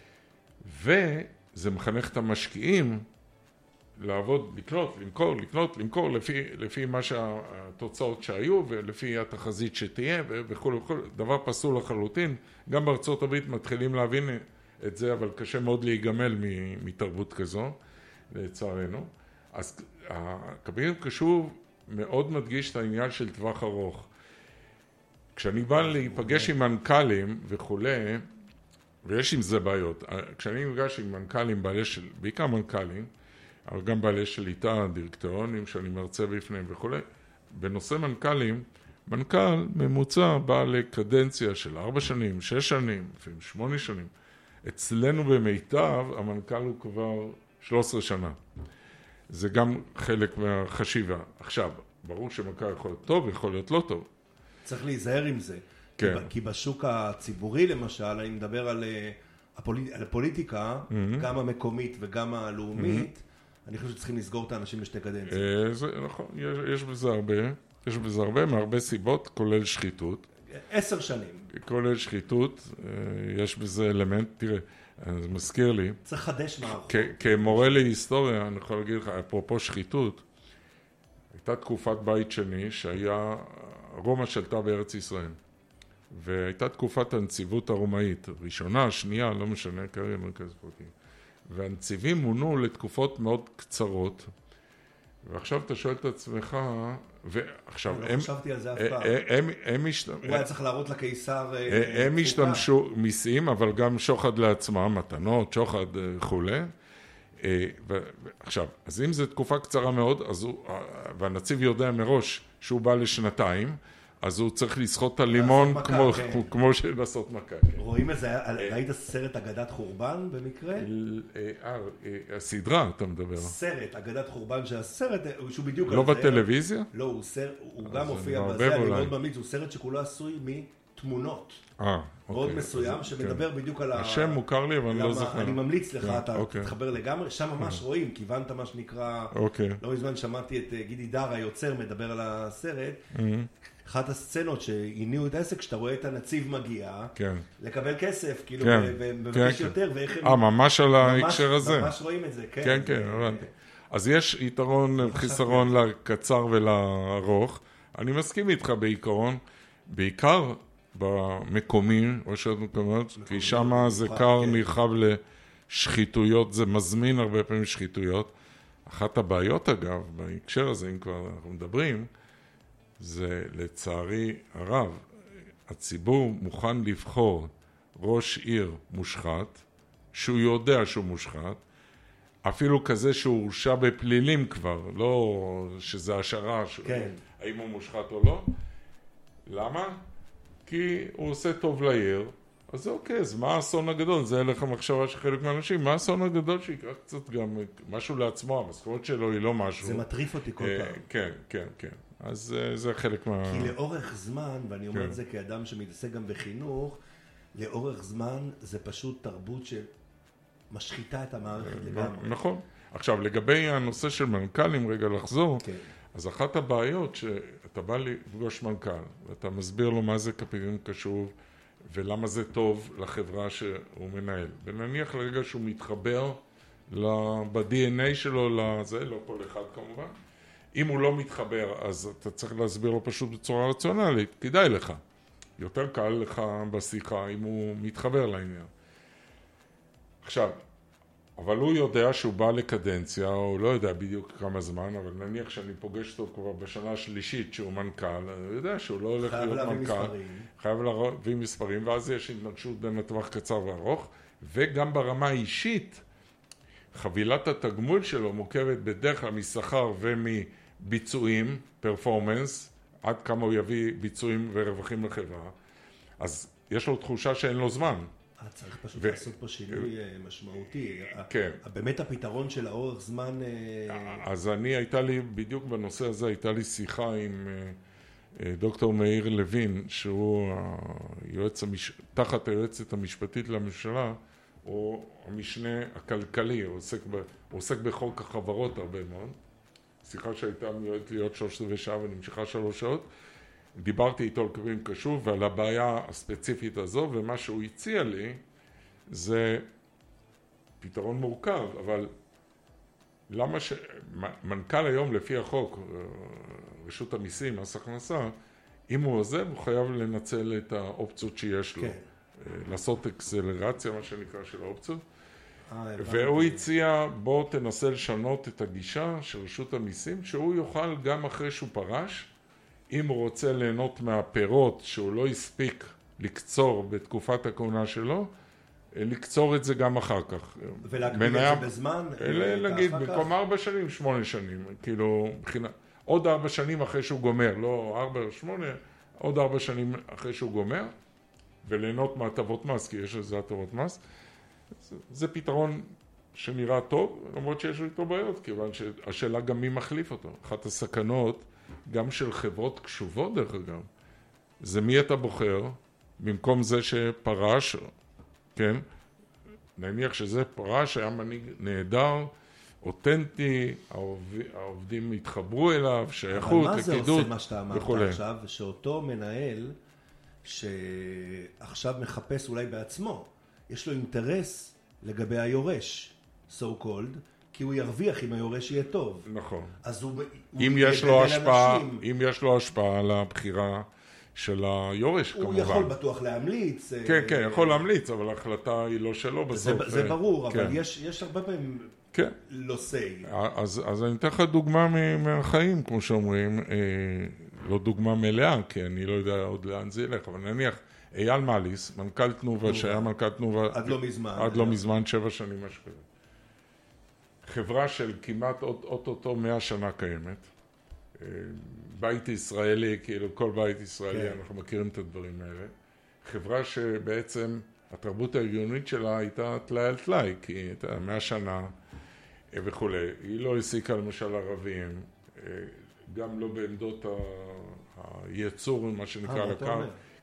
וזה מחנך את המשקיעים לעבוד, לקנות, למכור, לקנות, למכור, לפי, לפי מה שהתוצאות שהיו, ולפי התחזית שתהיה, וכו' וכו'. דבר פסול לחלוטין. גם בארצות הברית מתחילים להבין את זה, אבל קשה מאוד להיגמל מתרבות כזו, לצערנו. אז הקבינט קשוב מאוד מדגיש את העניין של טווח ארוך. כשאני בא להיפגש עם מנכ"לים וכו', ויש עם זה בעיות, כשאני נפגש עם מנכ"לים, בעלי של, בעיקר מנכ"לים, אבל גם בעלי שליטה, דירקטוריונים שאני מרצה בפניהם וכו', בנושא מנכ"לים, מנכ"ל ממוצע בא לקדנציה של ארבע שנים, שש שנים, לפעמים שמונה שנים. אצלנו במיטב, המנכ"ל הוא כבר שלוש עשרה שנה. זה גם חלק מהחשיבה. עכשיו, ברור שמנכ"ל יכול להיות טוב, יכול להיות לא טוב. צריך להיזהר עם זה. כן. כי בשוק הציבורי, למשל, אני מדבר על הפוליטיקה, גם המקומית וגם הלאומית, אני חושב שצריכים לסגור את האנשים בשתי קדנציות. זה נכון, יש, יש בזה הרבה, יש בזה הרבה, מהרבה סיבות, כולל שחיתות. עשר שנים. כולל שחיתות, יש בזה אלמנט, תראה, זה מזכיר לי. צריך חדש מערכות. כמורה להיסטוריה, אני יכול להגיד לך, אפרופו שחיתות, הייתה תקופת בית שני שהיה, רומא שלטה בארץ ישראל. והייתה תקופת הנציבות הרומאית, ראשונה, שנייה, לא משנה, כרגע מרכז פרטים. והנציבים מונו לתקופות מאוד קצרות, ועכשיו אתה שואל את עצמך, ועכשיו הם... לא חשבתי על זה אף פעם. הם, הם השת... הוא היה צריך להראות לקיסר... הם השתמשו מיסים, אבל גם שוחד לעצמם, מתנות, שוחד וכו'. עכשיו, אז אם זו תקופה קצרה מאוד, אז הוא, והנציב יודע מראש שהוא בא לשנתיים, אז הוא צריך לסחוט את הלימון כמו, כן. כמו לעשות מכה. כן. רואים את זה, ראית סרט אגדת חורבן במקרה? אה, הסדרה אתה מדבר. סרט, אגדת חורבן של הסרט, שהוא בדיוק לא על זה. בטלוויזיה? לא, הוא, סר, הוא גם מופיע בזה, אני מאוד ממליץ, הוא סרט שכולו עשוי תמונות. אה, מאוד אוקיי. מסוים, שמדבר בדיוק על ה... השם מוכר לי, אבל אני לא זוכר. אני ממליץ לך, אתה אוקיי. תתחבר לגמרי, שם ממש רואים, כיוונת מה שנקרא... אוקיי. לא מזמן שמעתי את גידי דר, היוצר, מדבר על הסרט. אחת הסצנות שהניעו את העסק, שאתה רואה את הנציב מגיע, לקבל כסף, כאילו, ומבקש יותר, ואיך הם... אה, ממש על ההקשר הזה. ממש רואים את זה, כן. כן, כן, הבנתי. אז יש יתרון, חיסרון לקצר ולארוך. אני מסכים איתך בעיקרון, בעיקר במקומים, רשויות מקומיות, כי שם זה קר נרחב לשחיתויות, זה מזמין הרבה פעמים שחיתויות. אחת הבעיות אגב, בהקשר הזה, אם כבר אנחנו מדברים, זה לצערי הרב, הציבור מוכן לבחור ראש עיר מושחת, שהוא יודע שהוא מושחת, אפילו כזה שהוא הורשע בפלילים כבר, לא שזה השערה, כן. האם הוא מושחת או לא. למה? כי הוא עושה טוב לעיר, אז אוקיי, אז מה האסון הגדול? זה הלך המחשבה של חלק מהאנשים, מה האסון הגדול שיקרא קצת גם משהו לעצמו, המשכורת שלו היא לא משהו. זה מטריף אותי כל פעם. כן, כן, כן. אז זה חלק מה... כי לאורך זמן, ואני אומר את זה כאדם שמתעסק גם בחינוך, לאורך זמן זה פשוט תרבות שמשחיתה את המערכת לגמרי. נכון. עכשיו, לגבי הנושא של מנכ"לים, רגע לחזור, אז אחת הבעיות שאתה בא לפגוש מנכ"ל, ואתה מסביר לו מה זה קפיטליזם קשוב, ולמה זה טוב לחברה שהוא מנהל. ונניח לרגע שהוא מתחבר ב-די אן איי שלו לזה, לא כל אחד כמובן. אם הוא לא מתחבר, אז אתה צריך להסביר לו פשוט בצורה רציונלית, כדאי לך. יותר קל לך בשיחה אם הוא מתחבר לעניין. עכשיו, אבל הוא יודע שהוא בא לקדנציה, הוא לא יודע בדיוק כמה זמן, אבל נניח שאני פוגש אותו כבר בשנה השלישית שהוא מנכ"ל, אני יודע שהוא לא הולך להיות מנכ"ל. מספרים. חייב להביא מספרים, ואז יש התנגשות בין הטווח קצר וארוך, וגם ברמה האישית, חבילת התגמול שלו מוכרת בדרך כלל משכר ומביצועים, פרפורמנס, עד כמה הוא יביא ביצועים ורווחים לחברה. אז יש לו תחושה שאין לו זמן. צריך פשוט לעשות פה שינוי משמעותי. כן. באמת הפתרון של האורך זמן... אז אני, הייתה לי, בדיוק בנושא הזה, הייתה לי שיחה עם דוקטור מאיר לוין, שהוא היועץ המש... תחת היועצת המשפטית לממשלה, הוא המשנה הכלכלי, הוא עוסק, ב... הוא עוסק בחוק החברות הרבה מאוד. שיחה שהייתה מיועדת להיות שלושת רבעי שעה ונמשכה שלוש שעות. דיברתי איתו על קווים קשוב ועל הבעיה הספציפית הזו, ומה שהוא הציע לי זה פתרון מורכב, אבל למה ש... מנכ"ל היום לפי החוק, רשות המיסים, מס הכנסה, אם הוא עוזב, הוא חייב לנצל את האופציות שיש לו. כן. לעשות אקסלרציה, מה שנקרא, של האופציות. והוא הציע, בוא תנסה לשנות את הגישה של רשות המיסים, שהוא יוכל גם אחרי שהוא פרש, אם הוא רוצה ליהנות מהפירות שהוא לא הספיק לקצור בתקופת הכהונה שלו, לקצור את זה גם אחר כך. ולהגביל את זה בזמן? להגיד, במקום ארבע שנים, שמונה שנים. כאילו, בחינה, עוד ארבע שנים אחרי שהוא גומר, לא ארבע או שמונה, עוד ארבע שנים אחרי שהוא גומר, וליהנות מהטבות מס, כי יש לזה הטבות מס. זה, זה פתרון שנראה טוב, למרות שיש איתו בעיות, כיוון שהשאלה גם מי מחליף אותו. אחת הסכנות, גם של חברות קשובות דרך אגב, זה מי אתה בוחר, במקום זה שפרש, כן, נניח שזה פרש, היה מנהיג נהדר, אותנטי, העובדים התחברו אליו, שייכות, לקידות וכו'. אבל מה זה עושה מה שאתה אמרת עכשיו, שאותו מנהל שעכשיו מחפש אולי בעצמו, יש לו אינטרס לגבי היורש, so called, כי הוא ירוויח אם היורש יהיה טוב. נכון. אז הוא... אם יש לו השפעה, אם יש לו השפעה על הבחירה של היורש, הוא כמובן. הוא יכול בטוח להמליץ. כן, כן, יכול להמליץ, אבל ההחלטה היא לא שלו בסוף. זה, זה ברור, כן. אבל יש, יש הרבה פעמים כן. לא say. אז, אז אני אתן לך דוגמה מהחיים, כמו שאומרים, לא דוגמה מלאה, כי אני לא יודע עוד לאן זה ילך, אבל נניח, אייל מאליס, מנכ"ל תנובה, שהיה מנכ"ל תנובה... עד לא מזמן. עד לא מזמן, שבע שנים, משהו כזה. חברה של כמעט אוטוטו מאה שנה קיימת. בית ישראלי, כאילו כל בית ישראלי, אנחנו מכירים את הדברים האלה. חברה שבעצם התרבות הארגונית שלה הייתה תלאי על תלאי, כי הייתה מאה שנה וכו'. היא לא העסיקה למשל ערבים, גם לא בעמדות הייצור, מה שנקרא לקר,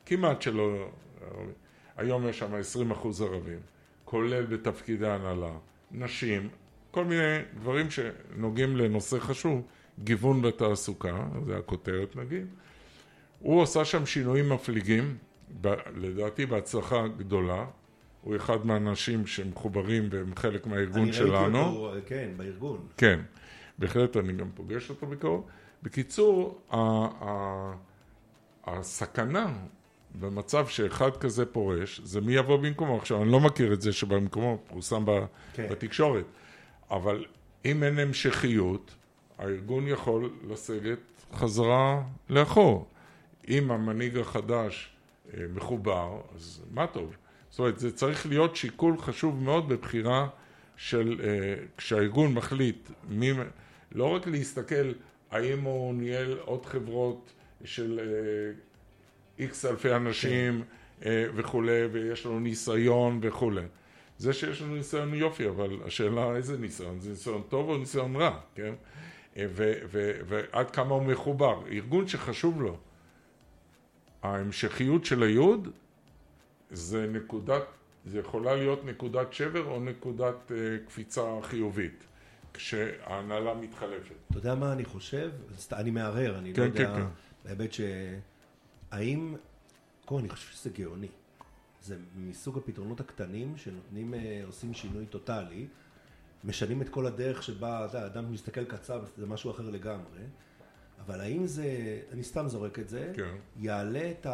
כמעט שלא, היום יש שם עשרים אחוז ערבים, כולל בתפקידי הנהלה, נשים, כל מיני דברים שנוגעים לנושא חשוב, גיוון בתעסוקה, זה הכותרת נגיד. הוא עושה שם שינויים מפליגים, ב, לדעתי בהצלחה גדולה, הוא אחד מהאנשים שמחוברים והם חלק מהארגון שלנו. אני ראיתי אותו, כן, בארגון. כן, בהחלט אני גם פוגש אותו בקרוב. בקיצור, ה- ה- הסכנה במצב שאחד כזה פורש, זה מי יבוא במקומו. עכשיו, אני לא מכיר את זה שבמקומו פורסם כן. בתקשורת, אבל אם אין המשכיות, הארגון יכול לסגת חזרה לאחור. אם המנהיג החדש מחובר, אז מה טוב. זאת אומרת, זה צריך להיות שיקול חשוב מאוד בבחירה של, כשהארגון מחליט, מי, לא רק להסתכל האם הוא ניהל עוד חברות של איקס אלפי אנשים כן. וכו', ויש לנו ניסיון וכו'. זה שיש לנו ניסיון יופי, אבל השאלה איזה ניסיון? זה ניסיון טוב או ניסיון רע, כן? ו- ו- ועד כמה הוא מחובר. ארגון שחשוב לו, ההמשכיות של היוד, זה נקודת, זה יכולה להיות נקודת שבר או נקודת uh, קפיצה חיובית, כשההנהלה מתחלפת. אתה יודע מה אני חושב? אני מערער, אני כן, לא יודע, כן, כן. בהיבט ש... האם... קודם, אני חושב שזה גאוני. זה מסוג הפתרונות הקטנים שנותנים, עושים שינוי טוטלי, משנים את כל הדרך שבה, אתה יודע, אדם מסתכל קצר, זה משהו אחר לגמרי, אבל האם זה, אני סתם זורק את זה, כן. יעלה את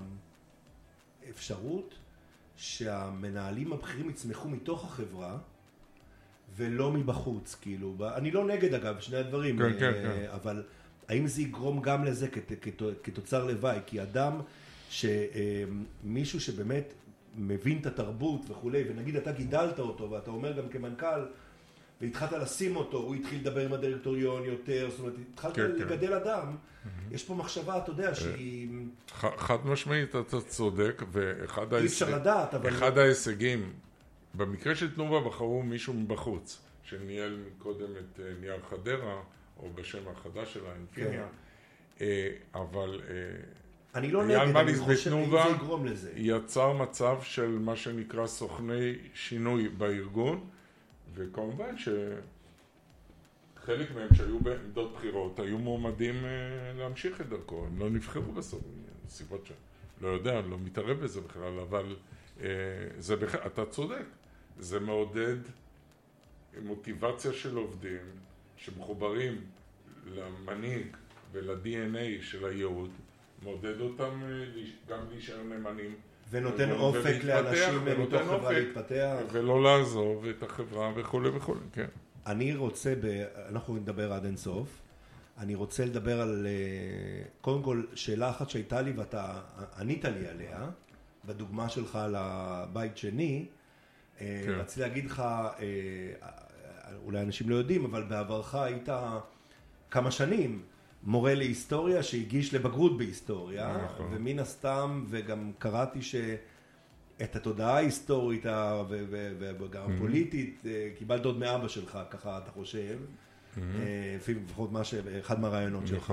האפשרות שהמנהלים הבכירים יצמחו מתוך החברה, ולא מבחוץ, כאילו, אני לא נגד אגב, שני הדברים, כן, כן, כן. אבל האם זה יגרום גם לזה כתוצר לוואי, כי אדם שמישהו שבאמת מבין את התרבות וכולי, ונגיד אתה גידלת אותו, ואתה אומר גם כמנכ"ל, והתחלת לשים אותו, הוא התחיל לדבר עם הדירקטוריון יותר, זאת אומרת, התחלת כן, לגדל כן. אדם, mm-hmm. יש פה מחשבה, אתה יודע, שהיא... חד משמעית, אתה צודק, ואחד אי אפשר לדעת, אבל... אחד ההישגים, במקרה של תנובה בחרו מישהו מבחוץ, שניהל קודם את נייר חדרה, או בשם החדש שלה, אינפיניה, כן. אבל... אני לא נגד, אני חושב אם זה יגרום לזה. יצר מצב של מה שנקרא סוכני שינוי בארגון, וכמובן שחלק מהם שהיו בעמדות בחירות היו מועמדים להמשיך את דרכו, הם לא נבחרו בסוף, סיבות שלא יודע, לא מתערב בזה בכלל, אבל זה בכלל, אתה צודק, זה מעודד מוטיבציה של עובדים שמחוברים למנהיג ול-די אן איי של הייעוד, מעודד אותם גם להישאר נאמנים. ונותן אופק לאנשים מתוך חברה להתפתח. ולא לעזוב את החברה וכו' וכו', כן. אני רוצה, ב... אנחנו נדבר עד אינסוף, אני רוצה לדבר על, קודם כל, שאלה אחת שהייתה לי ואתה ענית לי עליה, בדוגמה שלך לבית שני, כן. רציתי להגיד לך, אולי אנשים לא יודעים, אבל בעברך היית כמה שנים, מורה להיסטוריה שהגיש לבגרות בהיסטוריה, נכון. ומן הסתם, וגם קראתי שאת התודעה ההיסטורית וגם mm-hmm. הפוליטית, קיבלת עוד מאבא שלך, ככה אתה חושב, mm-hmm. לפחות מה ש... אחד מהרעיונות שלך,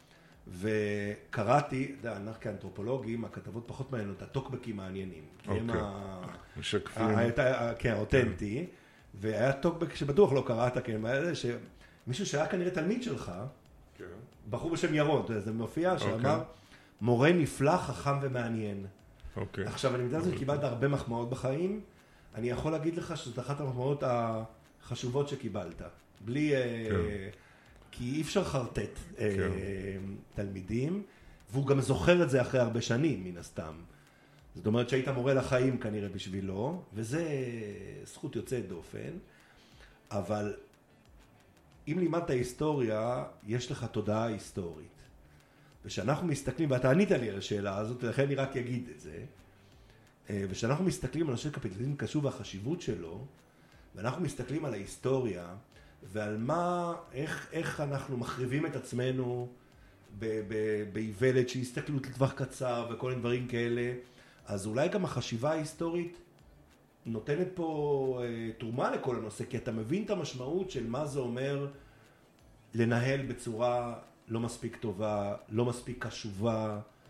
וקראתי, אתה יודע, אנחנו כאנתרופולוגים, הכתבות פחות מעניינות, הטוקבקים מעניינים, כי הם ה... משקפים. כן, אותנטי, והיה טוקבק שבטוח לא קראת, שמישהו שהיה כנראה תלמיד שלך, בחור בשם ירון, זה מופיע שאמר, מורה נפלא, חכם ומעניין. אוקיי. עכשיו, אני יודע שקיבלת הרבה מחמאות בחיים, אני יכול להגיד לך שזאת אחת המחמאות החשובות שקיבלת. בלי... כי אי אפשר חרטט תלמידים, והוא גם זוכר את זה אחרי הרבה שנים, מן הסתם. זאת אומרת שהיית מורה לחיים כנראה בשבילו, וזה זכות יוצאת דופן, אבל... אם לימדת היסטוריה, יש לך תודעה היסטורית. ושאנחנו מסתכלים, ואתה ענית לי על השאלה הזאת, לכן אני רק אגיד את זה, ושאנחנו מסתכלים על נושא קפיטליזם קשור והחשיבות שלו, ואנחנו מסתכלים על ההיסטוריה, ועל מה, איך, איך אנחנו מחריבים את עצמנו באיוולת, שהיא הסתכלות לטווח קצר וכל מיני דברים כאלה, אז אולי גם החשיבה ההיסטורית נותנת פה אה, תרומה לכל הנושא, כי אתה מבין את המשמעות של מה זה אומר לנהל בצורה לא מספיק טובה, לא מספיק קשובה,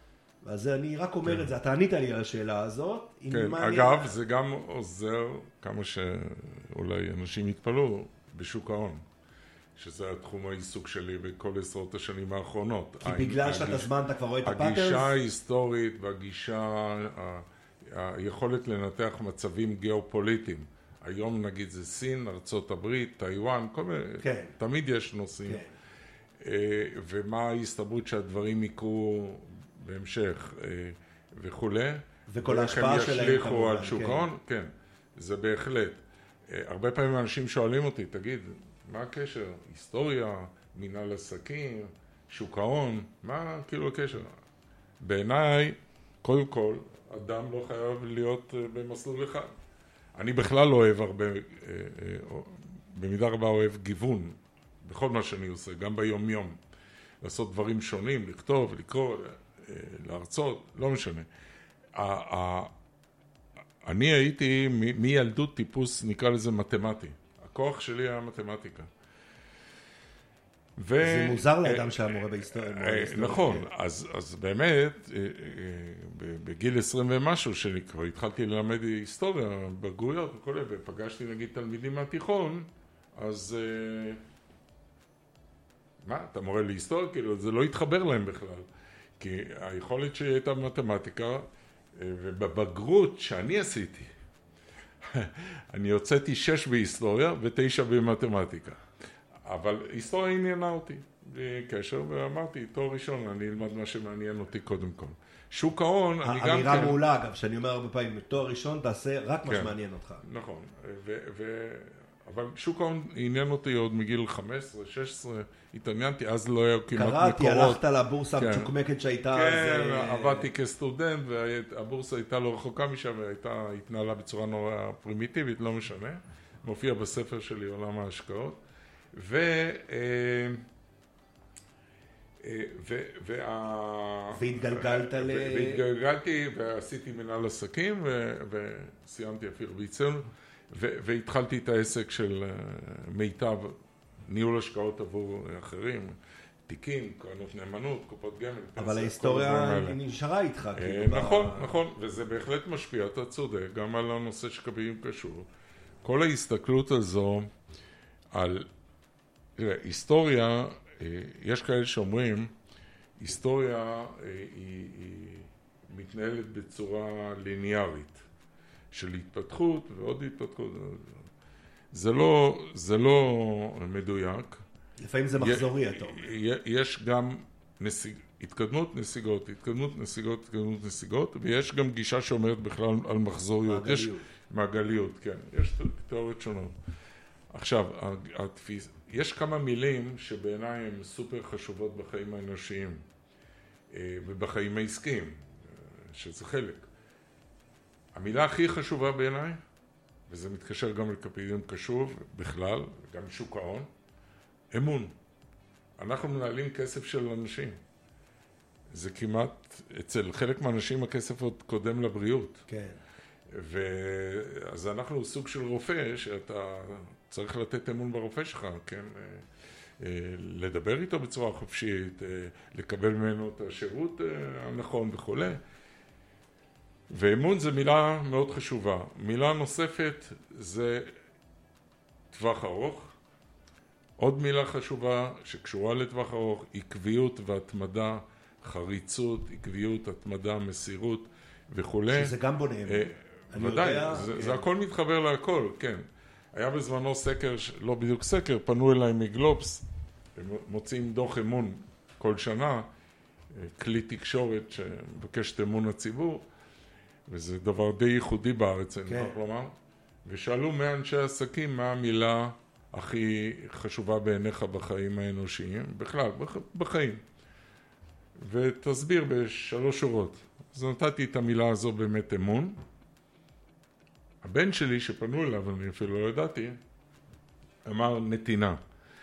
אז אני רק אומר את זה, אתה ענית לי על השאלה הזאת. כן, אגב, זה גם עוזר, כמה שאולי אנשים יתפלו, בשוק ההון. שזה התחום העיסוק שלי בכל עשרות השנים האחרונות. כי בגלל שאתה זמן אתה כבר רואה את הפאטרס? הגישה ההיסטורית והגישה, היכולת לנתח מצבים גיאופוליטיים. היום נגיד זה סין, ארצות הברית, טיואן, כל מיני, כן. תמיד יש נושאים. כן. ומה ההסתברות שהדברים יקרו בהמשך וכולי. וכל ההשפעה שלהם. הם ישליחו על שוק ההון, כן. כן, זה בהחלט. הרבה פעמים אנשים שואלים אותי, תגיד, מה הקשר? היסטוריה, מנהל עסקים, שוק ההון, מה כאילו הקשר? בעיניי, קודם כל, אדם לא חייב להיות במסלול אחד. אני בכלל לא אוהב הרבה, במידה רבה אוהב גיוון, בכל מה שאני עושה, גם ביום יום. לעשות דברים שונים, לכתוב, לקרוא, להרצות, לא משנה. אני הייתי מילדות טיפוס, נקרא לזה מתמטי. הכוח שלי היה מתמטיקה. זה מוזר לאדם שהיה מורה בהיסטוריה. נכון, אז באמת, בגיל עשרים ומשהו, שכבר התחלתי ללמד היסטוריה, בגרויות וכל זה, ופגשתי נגיד תלמידים מהתיכון, אז מה, אתה מורה להיסטוריה? כאילו, זה לא התחבר להם בכלל. כי היכולת שלי הייתה במתמטיקה, ובבגרות שאני עשיתי, אני הוצאתי שש בהיסטוריה ותשע במתמטיקה. אבל היסטוריה עניינה אותי בקשר, ואמרתי, תואר ראשון, אני אלמד מה שמעניין אותי קודם כל. שוק ההון, אני גם... האמירה מעולה, אגב, שאני אומר הרבה פעמים, תואר ראשון תעשה רק מה שמעניין אותך. נכון, אבל שוק ההון עניין אותי עוד מגיל חמש עשרה, שש עשרה, התעניינתי, אז לא היה כמעט מקורות. קראתי, הלכת לבורסה המצ'וקמקת שהייתה... כן, עבדתי כסטודנט, והבורסה הייתה לא רחוקה משם, והייתה התנהלה בצורה נורא פרימיטיבית, לא משנה. מופיע בספר שלי, עולם ההשקעות. ו... והתגלגלת ל... והתגלגלתי ועשיתי מנהל עסקים, וסיימתי אפילו ביצענו. והתחלתי את העסק של מיטב, ניהול השקעות עבור אחרים, תיקים, קרנות נאמנות, קופות גמל. אבל ההיסטוריה נשארה איתך. נכון, נכון, וזה בהחלט משפיע, אתה צודק, גם על הנושא שקבעים קשור. כל ההסתכלות הזו על, תראה, היסטוריה, יש כאלה שאומרים, היסטוריה היא מתנהלת בצורה ליניארית. של התפתחות ועוד התפתחות. זה לא, זה לא מדויק. לפעמים זה מחזורי, אתה אומר. יש גם נסיג, התקדמות, נסיגות, התקדמות, נסיגות, התקדמות, נסיגות, ויש גם גישה שאומרת בכלל על מחזוריות. מעגליות. יש, מעגליות, כן. יש תיאוריות שונות. עכשיו, התפיס, יש כמה מילים שבעיניי הן סופר חשובות בחיים האנושיים, ובחיים העסקיים, שזה חלק. המילה הכי חשובה בעיניי, וזה מתקשר גם לקפיטליזם קשוב בכלל, גם שוק ההון, אמון. אנחנו מנהלים כסף של אנשים. זה כמעט, אצל חלק מהאנשים הכסף עוד קודם לבריאות. כן. ואז אנחנו סוג של רופא, שאתה צריך לתת אמון ברופא שלך, כן? לדבר איתו בצורה חופשית, לקבל ממנו את השירות הנכון וכו'. ואמון זה מילה מאוד חשובה. מילה נוספת זה טווח ארוך. עוד מילה חשובה שקשורה לטווח ארוך, עקביות והתמדה, חריצות, עקביות, התמדה, מסירות וכו'. שזה גם בונה אמון. ודאי, זה, כן. זה הכל מתחבר להכל, כן. היה בזמנו סקר, לא בדיוק סקר, פנו אליי מגלובס, הם מוצאים דוח אמון כל שנה, כלי תקשורת שמבקש את אמון הציבור, וזה דבר די ייחודי בארץ, אני יכול לומר. ושאלו מאנשי עסקים מה המילה הכי חשובה בעיניך בחיים האנושיים, בכלל, בחיים. ותסביר בשלוש שורות. אז נתתי את המילה הזו באמת אמון. הבן שלי שפנו אליו, אני אפילו לא ידעתי, אמר נתינה.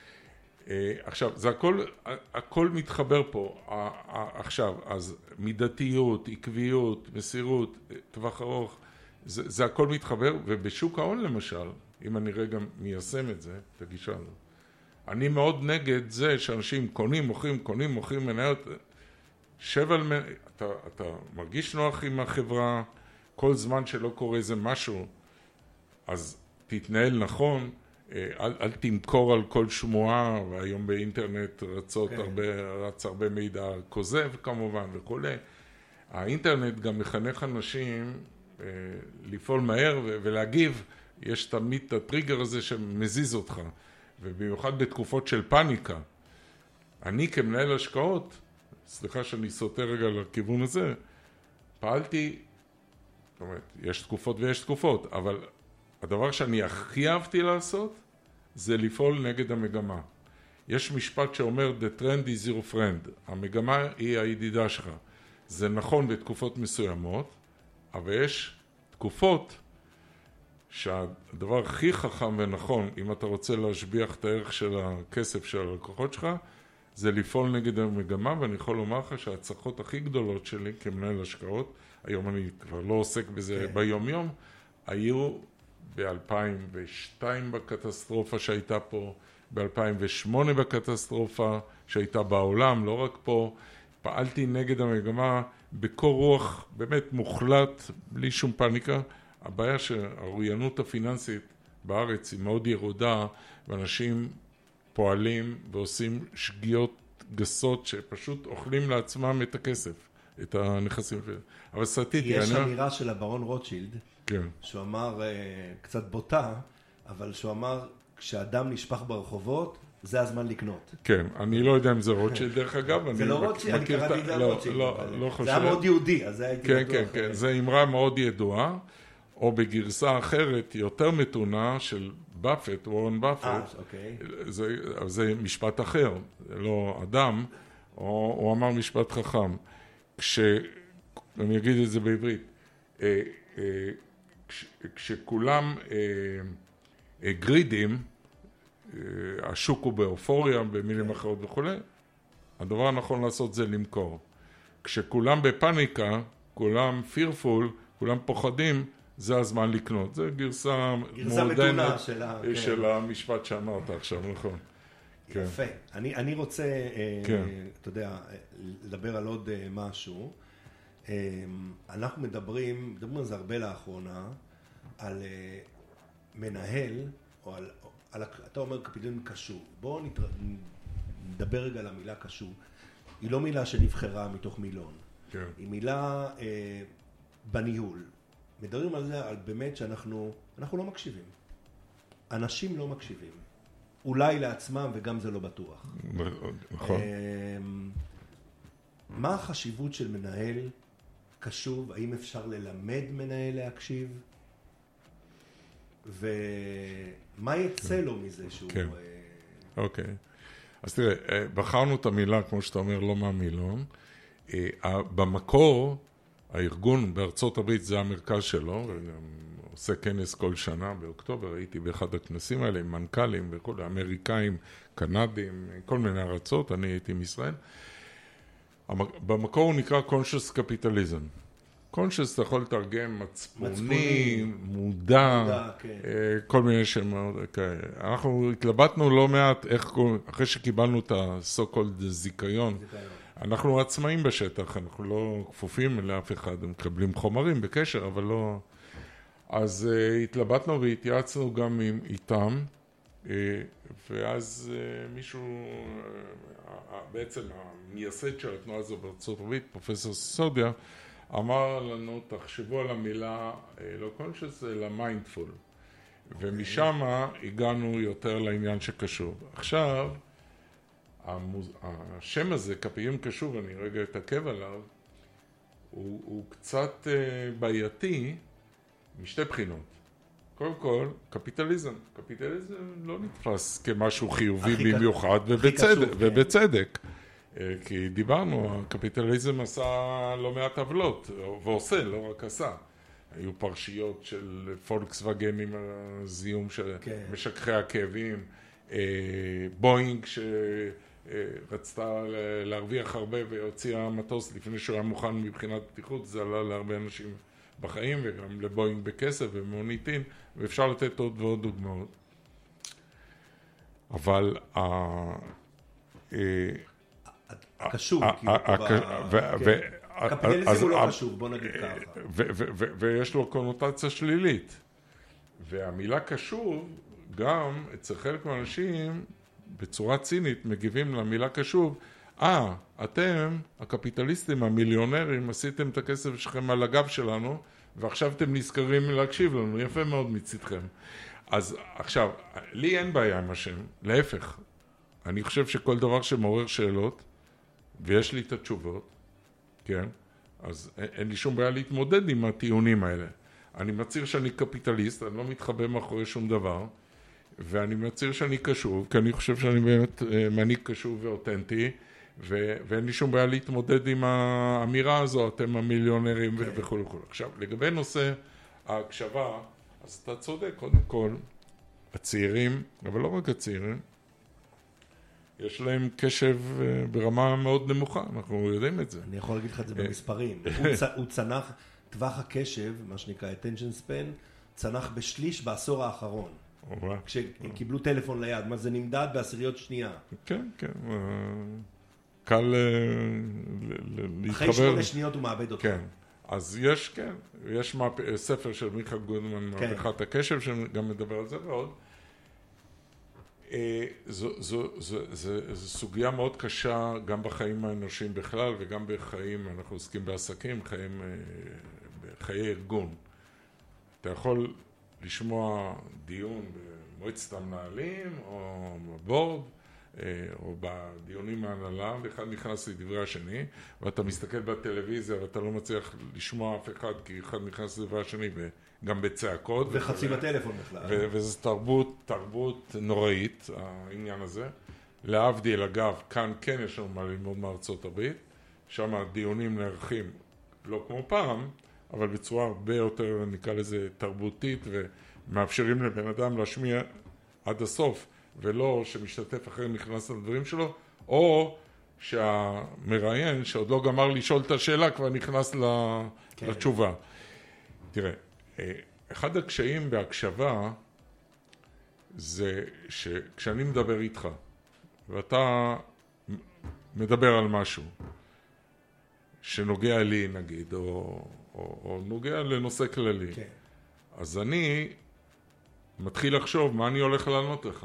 עכשיו, זה הכל, הכל מתחבר פה. עכשיו, אז מידתיות, עקביות, מסירות, טווח ארוך, זה, זה הכל מתחבר, ובשוק ההון למשל, אם אני רגע מיישם את זה, את הגישה הזאת, אני מאוד נגד זה שאנשים קונים, מוכרים, קונים, מוכרים מניות, שב על... אתה, אתה מרגיש נוח עם החברה, כל זמן שלא קורה איזה משהו, אז תתנהל נכון, אל, אל תמכור על כל שמועה, והיום באינטרנט רצות okay. הרבה, רץ הרבה מידע כוזב כמובן וכו'. האינטרנט גם מחנך אנשים אה, לפעול מהר ו- ולהגיב, יש תמיד את הטריגר הזה שמזיז אותך, ובמיוחד בתקופות של פאניקה. אני כמנהל השקעות, סליחה שאני סוטה רגע לכיוון הזה, פעלתי, זאת אומרת, יש תקופות ויש תקופות, אבל הדבר שאני הכי אהבתי לעשות, זה לפעול נגד המגמה. יש משפט שאומר, the trend is your friend, המגמה היא הידידה שלך. זה נכון בתקופות מסוימות, אבל יש תקופות שהדבר הכי חכם ונכון, אם אתה רוצה להשביח את הערך של הכסף של הלקוחות שלך, זה לפעול נגד המגמה, ואני יכול לומר לך שההצלחות הכי גדולות שלי כמנהל השקעות, היום אני כבר לא עוסק בזה okay. ביום יום, היו ב-אלפיים ושתיים בקטסטרופה שהייתה פה, ב-אלפיים ושמונה בקטסטרופה שהייתה בעולם, לא רק פה, פעלתי נגד המגמה בקור רוח באמת מוחלט, בלי שום פאניקה. הבעיה שהאוריינות הפיננסית בארץ היא מאוד ירודה, ואנשים פועלים ועושים שגיאות גסות שפשוט אוכלים לעצמם את הכסף, את הנכסים. אבל סתיתי, יש אני... אמירה של הברון רוטשילד, כן. שהוא אמר, קצת בוטה, אבל שהוא אמר, כשאדם נשפך ברחובות, זה הזמן לקנות. כן, אני לא יודע אם זה רוטשילד, דרך אגב. זה לא רוטשילד, אני קראתי את זה על רוטשילד. זה היה מאוד יהודי, אז זה הייתי בטוח. כן, כן, כן, זה אמרה מאוד ידועה, או בגרסה אחרת, יותר מתונה של באפט, וורן באפט. אה, אוקיי. זה, זה משפט אחר, זה לא אדם, או, הוא אמר משפט חכם. כש... אני אגיד את זה בעברית. אה, אה, כש, כשכולם אה, אה, גרידים, השוק הוא באופוריה, במילים אחרות וכו', הדבר הנכון לעשות זה למכור. כשכולם בפאניקה, כולם פירפול, כולם פוחדים, זה הזמן לקנות. זה גרסה מודרנית של, של המשפט שאמרת עכשיו, נכון. יפה. כן. אני, אני רוצה, כן. אתה יודע, לדבר על עוד משהו. אנחנו מדברים, מדברים על זה הרבה לאחרונה, על מנהל, או על... על, אתה אומר קפיטליזם קשור. בואו נתר... נדבר רגע על המילה קשור. היא לא מילה שנבחרה מתוך מילון. כן. היא מילה אה, בניהול. מדברים על זה, על באמת שאנחנו אנחנו לא מקשיבים. אנשים לא מקשיבים. אולי לעצמם, וגם זה לא בטוח. נכון. אה, מה החשיבות של מנהל קשוב? האם אפשר ללמד מנהל להקשיב? ומה יצא לו מזה שהוא... כן, אוקיי. אז תראה, בחרנו את המילה, כמו שאתה אומר, לא מהמילון. במקור, הארגון בארצות הברית, זה המרכז שלו, עושה כנס כל שנה באוקטובר, הייתי באחד הכנסים האלה עם מנכ"לים וכל האמריקאים, קנדים, כל מיני ארצות, אני הייתי מישראל. במקור הוא נקרא Conscious Capitalism. קונשס אתה יכול לתרגם מצפוני, מודע, מודע כן. כל מיני שמות כאלה. אנחנו התלבטנו לא מעט, איך, אחרי שקיבלנו את ה-so-called זיקיון, אנחנו עצמאים בשטח, אנחנו לא כפופים לאף אחד, הם מקבלים חומרים בקשר, אבל לא... אז uh, התלבטנו והתייעצנו גם עם, איתם, uh, ואז uh, מישהו, uh, בעצם המייסד של התנועה הזו בארצות הברית, פרופסור סודיה, אמר לנו, תחשבו על המילה, לא conscious, אלא mindful. ומשם הגענו יותר לעניין שקשור. עכשיו, המוז... השם הזה, קפיטליזם קשור, אני רגע אתעכב עליו, הוא, הוא קצת בעייתי משתי בחינות. קודם כל, קפיטליזם. קפיטליזם לא נתפס כמשהו חיובי במיוחד, ובצדק. ובצדק. כי דיברנו, הקפיטליזם עשה לא מעט עוולות, ועושה, לא רק עשה. היו פרשיות של פולקסווגן עם הזיהום של כן. משככי הכאבים, בוינג שרצתה להרוויח הרבה והוציאה מטוס לפני שהוא היה מוכן מבחינת בטיחות, זה עלה להרבה אנשים בחיים וגם לבוינג בכסף ומוניטין, ואפשר לתת עוד ועוד דוגמאות. אבל קשור, כאילו, קפיטליזם הוא לא קשור, בוא נגיד ככה. ויש לו קונוטציה שלילית. והמילה קשוב, גם אצל חלק מהאנשים, בצורה צינית, מגיבים למילה קשוב, אה, אתם, הקפיטליסטים, המיליונרים, עשיתם את הכסף שלכם על הגב שלנו, ועכשיו אתם נזכרים להקשיב לנו, יפה מאוד מצדכם. אז עכשיו, לי אין בעיה עם השם, להפך. אני חושב שכל דבר שמעורר שאלות, ויש לי את התשובות, כן? אז אין לי שום בעיה להתמודד עם הטיעונים האלה. אני מצהיר שאני קפיטליסט, אני לא מתחבא מאחורי שום דבר, ואני מצהיר שאני קשוב, כי אני חושב שאני באמת מנהיג קשוב ואותנטי, ו- ואין לי שום בעיה להתמודד עם האמירה הזו, אתם המיליונרים ו- וכו' וכו'. עכשיו, לגבי נושא ההקשבה, אז אתה צודק, קודם כל, הצעירים, אבל לא רק הצעירים, יש להם קשב ברמה מאוד נמוכה, אנחנו יודעים את זה. אני יכול להגיד לך את זה במספרים. הוא צנח, טווח הקשב, מה שנקרא attention span, צנח בשליש בעשור האחרון. כשקיבלו טלפון ליד, מה זה נמדד בעשיריות שנייה. כן, כן. קל להתחבר. אחרי שמונה שניות הוא מאבד אותך. כן. אז יש, כן, יש ספר של מיכה גודמן, מהפכת הקשב, שגם מדבר על זה ועוד. זו, זו, זו, זו, זו סוגיה מאוד קשה גם בחיים האנושיים בכלל וגם בחיים, אנחנו עוסקים בעסקים, חיים, בחיי ארגון. אתה יכול לשמוע דיון במועצת המנהלים או בבורד או בדיונים מהנהלה, ואחד נכנס לדברי השני, ואתה מסתכל בטלוויזיה ואתה לא מצליח לשמוע אף אחד כי אחד נכנס לדברי השני גם בצעקות. וחצי בטלפון בכלל. וזו תרבות, תרבות נוראית, העניין הזה. להבדיל, אגב, כאן כן יש לנו מה ללמוד מארצות הברית, שם הדיונים נערכים לא כמו פעם, אבל בצורה הרבה יותר, נקרא לזה, תרבותית, ומאפשרים לבן אדם להשמיע עד הסוף, ולא שמשתתף אחר נכנס לדברים שלו, או שהמראיין, שעוד לא גמר לשאול את השאלה, כבר נכנס כן. לתשובה. תראה, אחד הקשיים בהקשבה זה שכשאני מדבר איתך ואתה מדבר על משהו שנוגע לי נגיד או, או, או נוגע לנושא כללי כן. אז אני מתחיל לחשוב מה אני הולך לענות לך.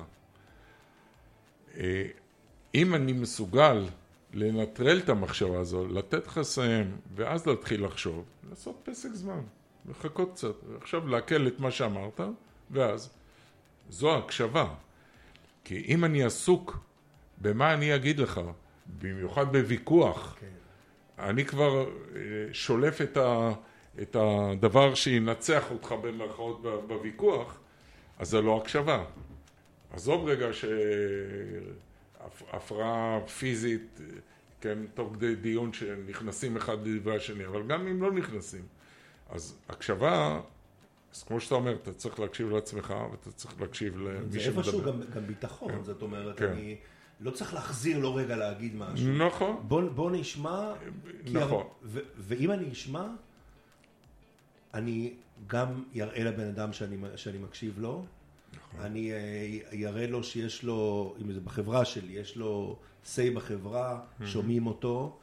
אם אני מסוגל לנטרל את המחשבה הזו, לתת לך סיים ואז להתחיל לחשוב, לעשות פסק זמן לחכות קצת, עכשיו להקל את מה שאמרת, ואז זו ההקשבה. כי אם אני עסוק במה אני אגיד לך, במיוחד בוויכוח, okay. אני כבר שולף את, ה, את הדבר שינצח אותך במרכאות בוויכוח, אז זה לא הקשבה. עזוב רגע שהפרעה פיזית, כן, תוך כדי דיון שנכנסים אחד לדבר השני, אבל גם אם לא נכנסים, אז הקשבה, אז כמו שאתה אומר, אתה צריך להקשיב לעצמך, ואתה צריך להקשיב למי שמדבר. זה איפשהו גם, גם ביטחון, כן. זאת אומרת, כן. אני לא צריך להחזיר לו רגע להגיד משהו. נכון. בוא, בוא נשמע. נכון. הר... ו- ואם אני אשמע, אני גם יראה לבן אדם שאני, שאני מקשיב לו. נכון. אני יראה לו שיש לו, אם זה בחברה שלי, יש לו say בחברה, mm-hmm. שומעים אותו.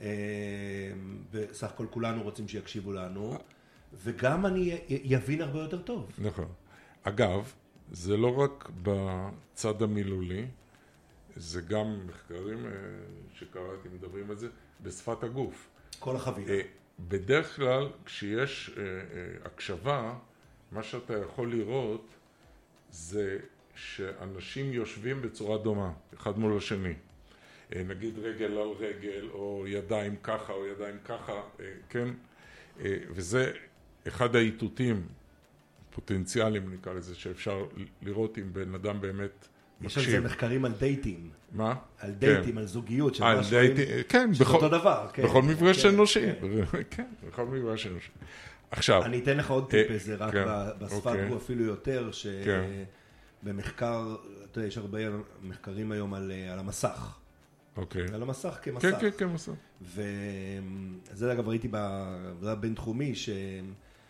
בסך הכל כולנו רוצים שיקשיבו לנו, וגם אני יבין הרבה יותר טוב. נכון. אגב, זה לא רק בצד המילולי, זה גם מחקרים שקראתי מדברים על זה, בשפת הגוף. כל החבילה. בדרך כלל, כשיש הקשבה, מה שאתה יכול לראות זה שאנשים יושבים בצורה דומה, אחד מול השני. נגיד רגל על רגל, או ידיים ככה, או ידיים ככה, כן? וזה אחד האיתותים פוטנציאליים, נקרא לזה, שאפשר לראות אם בן אדם באמת מקשיב. יש על זה מחקרים על דייטים. מה? על דייטים, על זוגיות. על דייטים, כן. אותו דבר, כן. בכל מפגש אנושי. כן, בכל מפגש אנושי. עכשיו. אני אתן לך עוד טיפ איזה, רק בשפת הוא אפילו יותר, שבמחקר, אתה יודע, יש הרבה מחקרים היום על המסך. אוקיי. על המסך כמסך. כן, כן, כמסך. וזה אגב ראיתי בעבודה בינתחומי,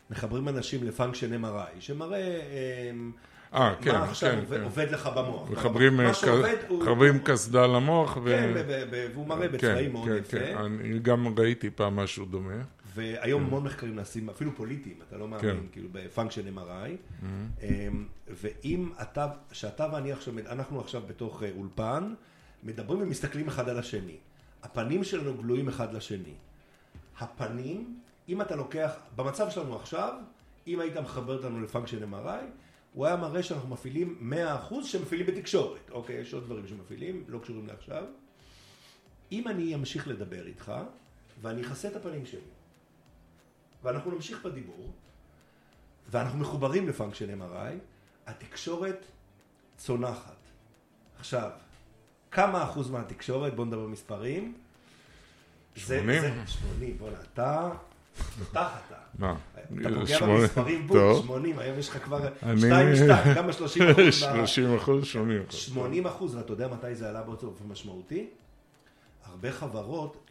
מחברים אנשים לפונקשן אם אר איי, שמראה אה, כן, מה עכשיו כן, עובד, כן. עובד לך במוח. מחברים הוא... קסדה למוח. ו... כן, ו... ו... והוא מראה בצבעים כן, מאוד כן, יפה. כן. אני גם ראיתי פעם משהו דומה. והיום המון מחקרים נעשים, אפילו פוליטיים, אתה לא מאמין, כן. כאילו בפונקשן אם אר איי. Mm-hmm. ואם אתה, שאתה ואני עכשיו, אנחנו עכשיו בתוך אולפן, מדברים ומסתכלים אחד על השני. הפנים שלנו גלויים אחד לשני. הפנים, אם אתה לוקח, במצב שלנו עכשיו, אם היית מחבר אותנו לפונקשן אם אר איי, הוא היה מראה שאנחנו מפעילים מאה אחוז שמפעילים בתקשורת. אוקיי, יש עוד דברים שמפעילים, לא קשורים לעכשיו. אם אני אמשיך לדבר איתך, ואני אחסה את הפנים שלי, ואנחנו נמשיך בדיבור, ואנחנו מחוברים לפונקשן אם אר איי, התקשורת צונחת. עכשיו, כמה אחוז מהתקשורת, בוא נדבר מספרים, שמונים? שמונים, בוא נה, אתה, תותח אתה. מה? אתה פוגע במספרים בול, שמונים, היום יש לך כבר שתיים משתיים, כמה שלושים אחוז? שלושים אחוז, שמונים אחוז. שמונים אחוז, ואתה יודע מתי זה עלה באופן משמעותי? הרבה חברות,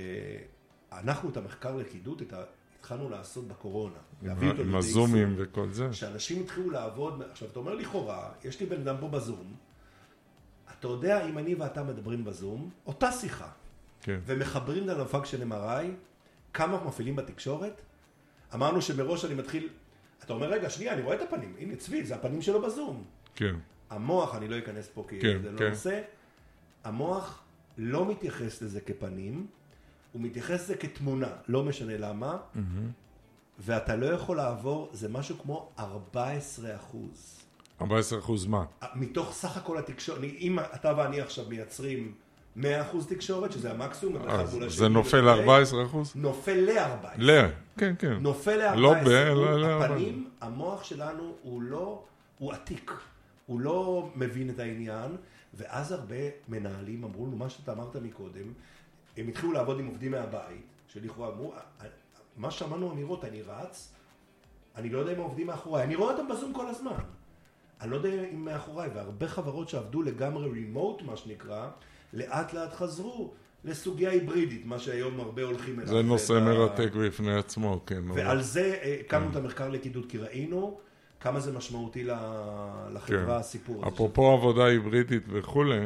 אנחנו את המחקר לכידות, התחלנו לעשות בקורונה. עם הזומים וכל זה. שאנשים התחילו לעבוד, עכשיו אתה אומר לכאורה, יש לי בן אדם פה בזום, אתה יודע אם אני ואתה מדברים בזום, אותה שיחה. כן. ומחברים לנו לפונקשן אם אר איי, כמה מפעילים בתקשורת? אמרנו שמראש אני מתחיל, אתה אומר רגע, שנייה, אני רואה את הפנים, הנה צבי, זה הפנים שלו בזום. כן. המוח, אני לא אכנס פה כי כן, זה לא כן. נושא, המוח לא מתייחס לזה כפנים, הוא מתייחס לזה כתמונה, לא משנה למה, mm-hmm. ואתה לא יכול לעבור, זה משהו כמו ארבעה עשר אחוז. ארבעה עשר אחוז מה? מתוך סך הכל התקשורת, אם אתה ואני עכשיו מייצרים מאה אחוז תקשורת, שזה המקסימום, זה נופל ל-ארבעה עשר אחוז? נופל ל-ארבע עשרה. ל, כן, כן. נופל ל-ארבע עשרה. הפנים, המוח שלנו הוא לא, הוא עתיק, הוא לא מבין את העניין, ואז הרבה מנהלים אמרו לנו, מה שאתה אמרת מקודם, הם התחילו לעבוד עם עובדים מהבית, שלכאורה אמרו, מה שמענו אמירות, אני רץ, אני לא יודע אם העובדים מאחוריי, אני רואה אותם בזום כל הזמן. אני לא יודע אם מאחוריי, והרבה חברות שעבדו לגמרי רימוט, מה שנקרא, לאט לאט חזרו לסוגיה היברידית, מה שהיום הרבה הולכים אליו. זה נושא מרתק בפני עצמו, כן. ועל זה הקמנו את המחקר לכידות, כי ראינו כמה זה משמעותי לחברה הסיפור הזה. אפרופו עבודה היברידית וכולי,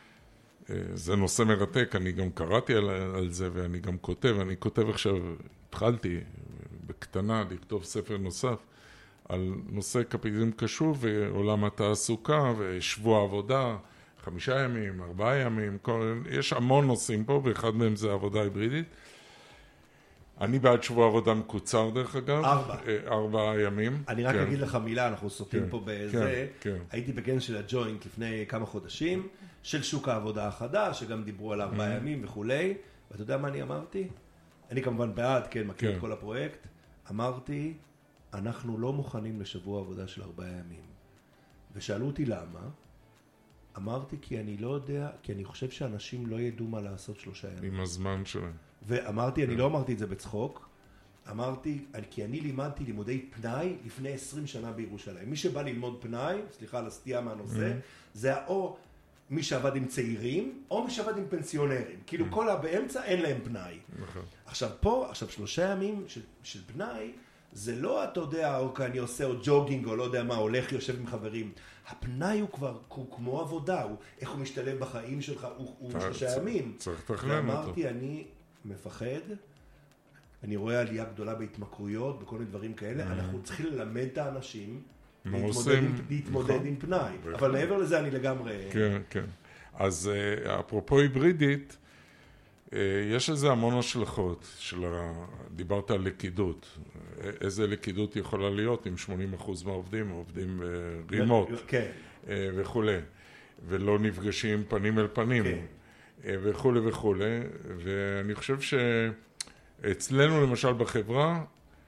זה נושא מרתק, אני גם קראתי על זה ואני גם כותב, אני כותב עכשיו, התחלתי בקטנה לכתוב ספר נוסף, על נושא קפיטליזם קשוב ועולם התעסוקה ושבוע עבודה, חמישה ימים, ארבעה ימים, כל, יש המון נושאים פה, ואחד מהם זה עבודה היברידית. אני בעד שבוע עבודה מקוצר דרך אגב. ארבע. ארבעה ימים. אני רק כן. אגיד לך מילה, אנחנו סוטים כן, פה בזה. כן, כן. הייתי בכנס של הג'וינט לפני כמה חודשים, של שוק העבודה החדש, שגם דיברו על ארבעה Mm-hmm. ימים וכולי. ואתה יודע מה אני אמרתי? אני כמובן בעד, כן, מכיר כן. את כל הפרויקט. אמרתי, אנחנו לא מוכנים לשבוע עבודה של ארבעה ימים. ושאלו אותי למה. אמרתי כי אני לא יודע, כי אני חושב שאנשים לא ידעו מה לעשות שלושה ימים. עם הזמן שלהם. ואמרתי, אני לא אמרתי את זה בצחוק, אמרתי, כי אני לימדתי לימודי פנאי לפני עשרים שנה בירושלים. מי שבא ללמוד פנאי, סליחה על הסטייה מהנושא, זה או מי שעבד עם צעירים, או מי שעבד עם פנסיונרים. כאילו כל הבאמצע אין להם פנאי. עכשיו פה, עכשיו שלושה ימים של, של פנאי, זה לא, אתה יודע, או אני עושה או ג'וגינג, או לא יודע מה, הולך, יושב עם חברים. הפנאי הוא כבר, הוא כמו עבודה, הוא, איך הוא משתלב בחיים שלך, הוא, הוא שלושה ימים. צריך לתכנן אותו. ואמרתי, אני מפחד, אני רואה עלייה גדולה בהתמכרויות, בכל מיני דברים כאלה, אנחנו צריכים ללמד את האנשים להתמודד, עם, להתמודד עם פנאי. אבל מעבר לזה אני לגמרי... כן, כן. אז אפרופו היברידית, יש איזה המון השלכות, של ה... דיברת על לכידות. איזה לכידות יכולה להיות אם שמונים אחוז מהעובדים עובדים רימוט כן. וכו'. ולא נפגשים פנים אל פנים כן. וכו' וכו'. ואני חושב שאצלנו למשל בחברה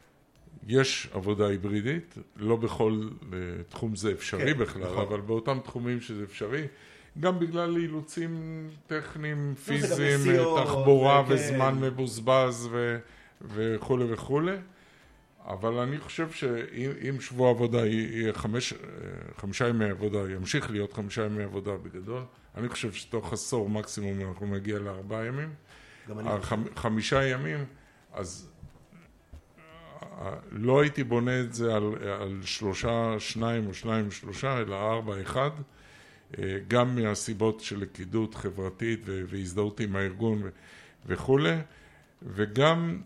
יש עבודה היברידית, לא בכל תחום זה אפשרי כן, בכלל, נכון. אבל באותם תחומים שזה אפשרי, גם בגלל אילוצים טכניים, פיזיים, תחבורה ו... וזמן כן. מבוזבז ו... וכו' וכו'. אבל אני חושב שאם שבוע עבודה יהיה חמש, חמישה ימי עבודה, ימשיך להיות חמישה ימי עבודה בגדול, אני חושב שתוך עשור מקסימום אנחנו נגיע לארבעה ימים. חמ, חמישה ימים, אז לא הייתי בונה את זה על, על שלושה, שניים או שניים שלושה, אלא ארבע, אחד, גם מהסיבות של לכידות חברתית והזדהות עם הארגון וכו', וגם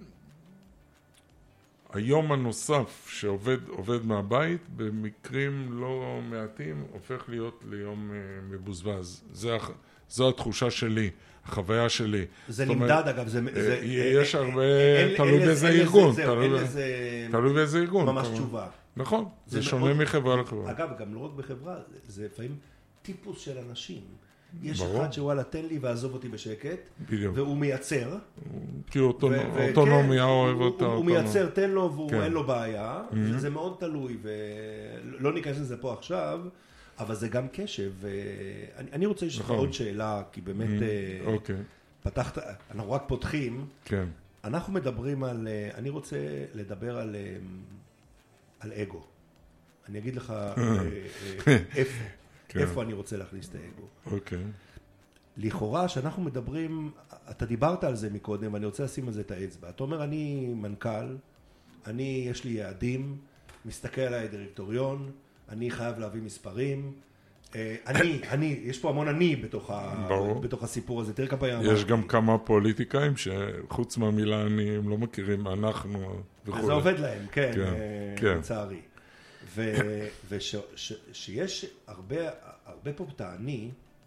היום הנוסף שעובד עובד מהבית, במקרים לא מעטים, הופך להיות ליום מבוזבז. זה, זו התחושה שלי, החוויה שלי. זה נמדד אגב, זה... יש הרבה, תלוי באיזה ארגון. תלוי באיזה ארגון. ממש תשובה. נכון, זה שונה מחברה לחברה. אגב, גם לא רק בחברה, זה לפעמים טיפוס של אנשים. יש אחד שוואלה, תן לי ועזוב אותי בשקט, והוא מייצר. כי אוטונומיה אוהב אותה. הוא מייצר, תן לו ואין לו בעיה, זה מאוד תלוי, ולא ניכנס לזה פה עכשיו, אבל זה גם קשב. אני רוצה לשאול עוד שאלה, כי באמת פתחת, אנחנו רק פותחים, אנחנו מדברים על, אני רוצה לדבר על על אגו. אני אגיד לך איפה. איפה אני רוצה להכניס את האגו. אוקיי. לכאורה, שאנחנו מדברים, אתה דיברת על זה מקודם, ואני רוצה לשים על זה את האצבע. אתה אומר, אני מנכ"ל, אני, יש לי יעדים, מסתכל עליי דירקטוריון, אני חייב להביא מספרים, אני, אני, יש פה המון אני בתוך, ה, בתוך הסיפור הזה, תראה כמה פעמים. יש גם כמה פוליטיקאים שחוץ מהמילה אני, הם לא מכירים, אנחנו וכו'. וזה עובד להם, כן, כן. לצערי. ושיש הרבה, הרבה פה בתעני,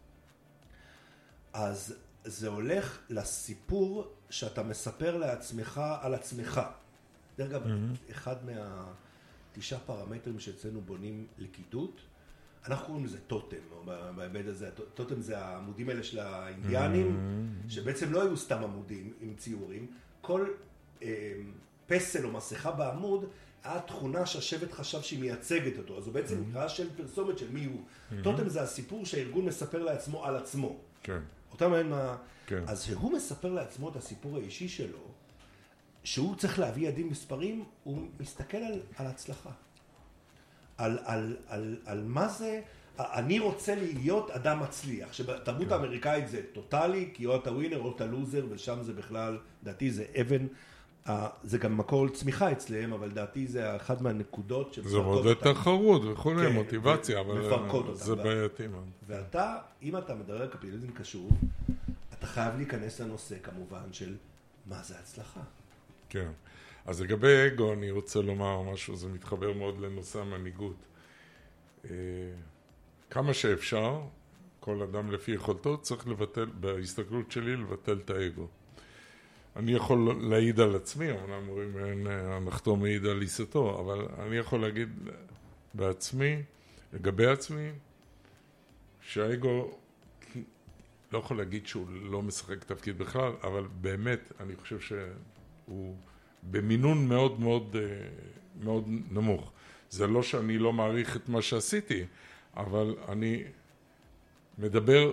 אז זה הולך לסיפור שאתה מספר לעצמך על עצמך. דרך אגב, אחד מהתשעה פרמטרים שאצלנו בונים לכידות, אנחנו קוראים לזה טוטם, בהיבט הזה, טוטם זה העמודים האלה של האינדיאנים, שבעצם לא היו סתם עמודים עם ציורים, כל פסל או מסכה בעמוד, התכונה שהשבט חשב שהיא מייצגת אותו, אז הוא בעצם נקרא של פרסומת של מי הוא. טוטם זה הסיפור שהארגון מספר לעצמו על עצמו. כן. אותם אין מה... אז שהוא מספר לעצמו את הסיפור האישי שלו, שהוא צריך להביא יעדים מספרים, הוא מסתכל על, על הצלחה. על, על, על, על מה זה, אני רוצה להיות אדם מצליח, שבתרבות האמריקאית זה טוטלי, כי או אתה ווינר או אתה לוזר, ושם זה בכלל, דעתי זה אבן, זה גם מקור צמיחה אצלם, אבל דעתי זה אחד מהנקודות זה מודד תחרות וכולי, מוטיבציה, אבל זה בעייתי. ואתה, אם אתה מדבר על קפיטליזם קשור, אתה חייב להיכנס לנושא כמובן של מה זה הצלחה. כן, אז לגבי אגו אני רוצה לומר משהו, זה מתחבר מאוד לנושא המנהיגות. כמה שאפשר, כל אדם לפי יכולתו צריך לבטל, בהסתכלות שלי, לבטל את האגו. אני יכול להעיד על עצמי, אמנם אומרים, הנחתום מעיד על עיסתו, אבל אני יכול להגיד בעצמי, לגבי עצמי, שהאגו, לא יכול להגיד שהוא לא משחק תפקיד בכלל, אבל באמת, אני חושב שהוא במינון מאוד מאוד, מאוד נמוך. זה לא שאני לא מעריך את מה שעשיתי, אבל אני מדבר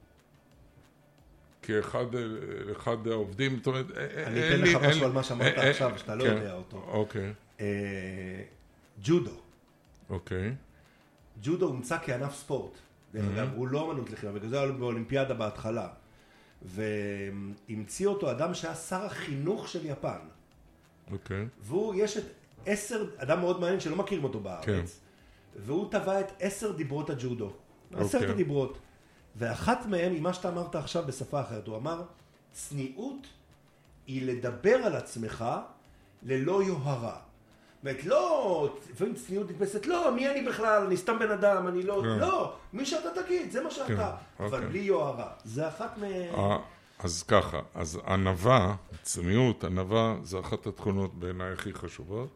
כאחד אחד העובדים, זאת אומרת, אני אתן לך משהו על מה שאמרת עכשיו, שאתה לא יודע אותו. אוקיי. ג'ודו. אוקיי. ג'ודו הומצא כענף ספורט. דרך אגב, הוא לא אמנות לחימה, בגלל זה היה באולימפיאדה בהתחלה. והמציא אותו אדם שהיה שר החינוך של יפן. אוקיי. והוא, יש את עשר, אדם מאוד מעניין שלא מכירים אותו בארץ, והוא טבע את עשר דיברות הג'ודו. עשרת הדיברות. ואחת מהם, היא מה שאתה אמרת עכשיו בשפה אחרת, הוא אמר, צניעות היא לדבר על עצמך ללא יוהרה. זאת אומרת, לא, לפעמים צניעות נתפסת, לא, מי אני בכלל, אני סתם בן אדם, אני לא, לא, מי שאתה תגיד, זה מה שאתה, אבל בלי יוהרה. זה אחת מהם. אז ככה, אז ענווה, צניעות, ענווה, זה אחת התכונות בעיניי הכי חשובות.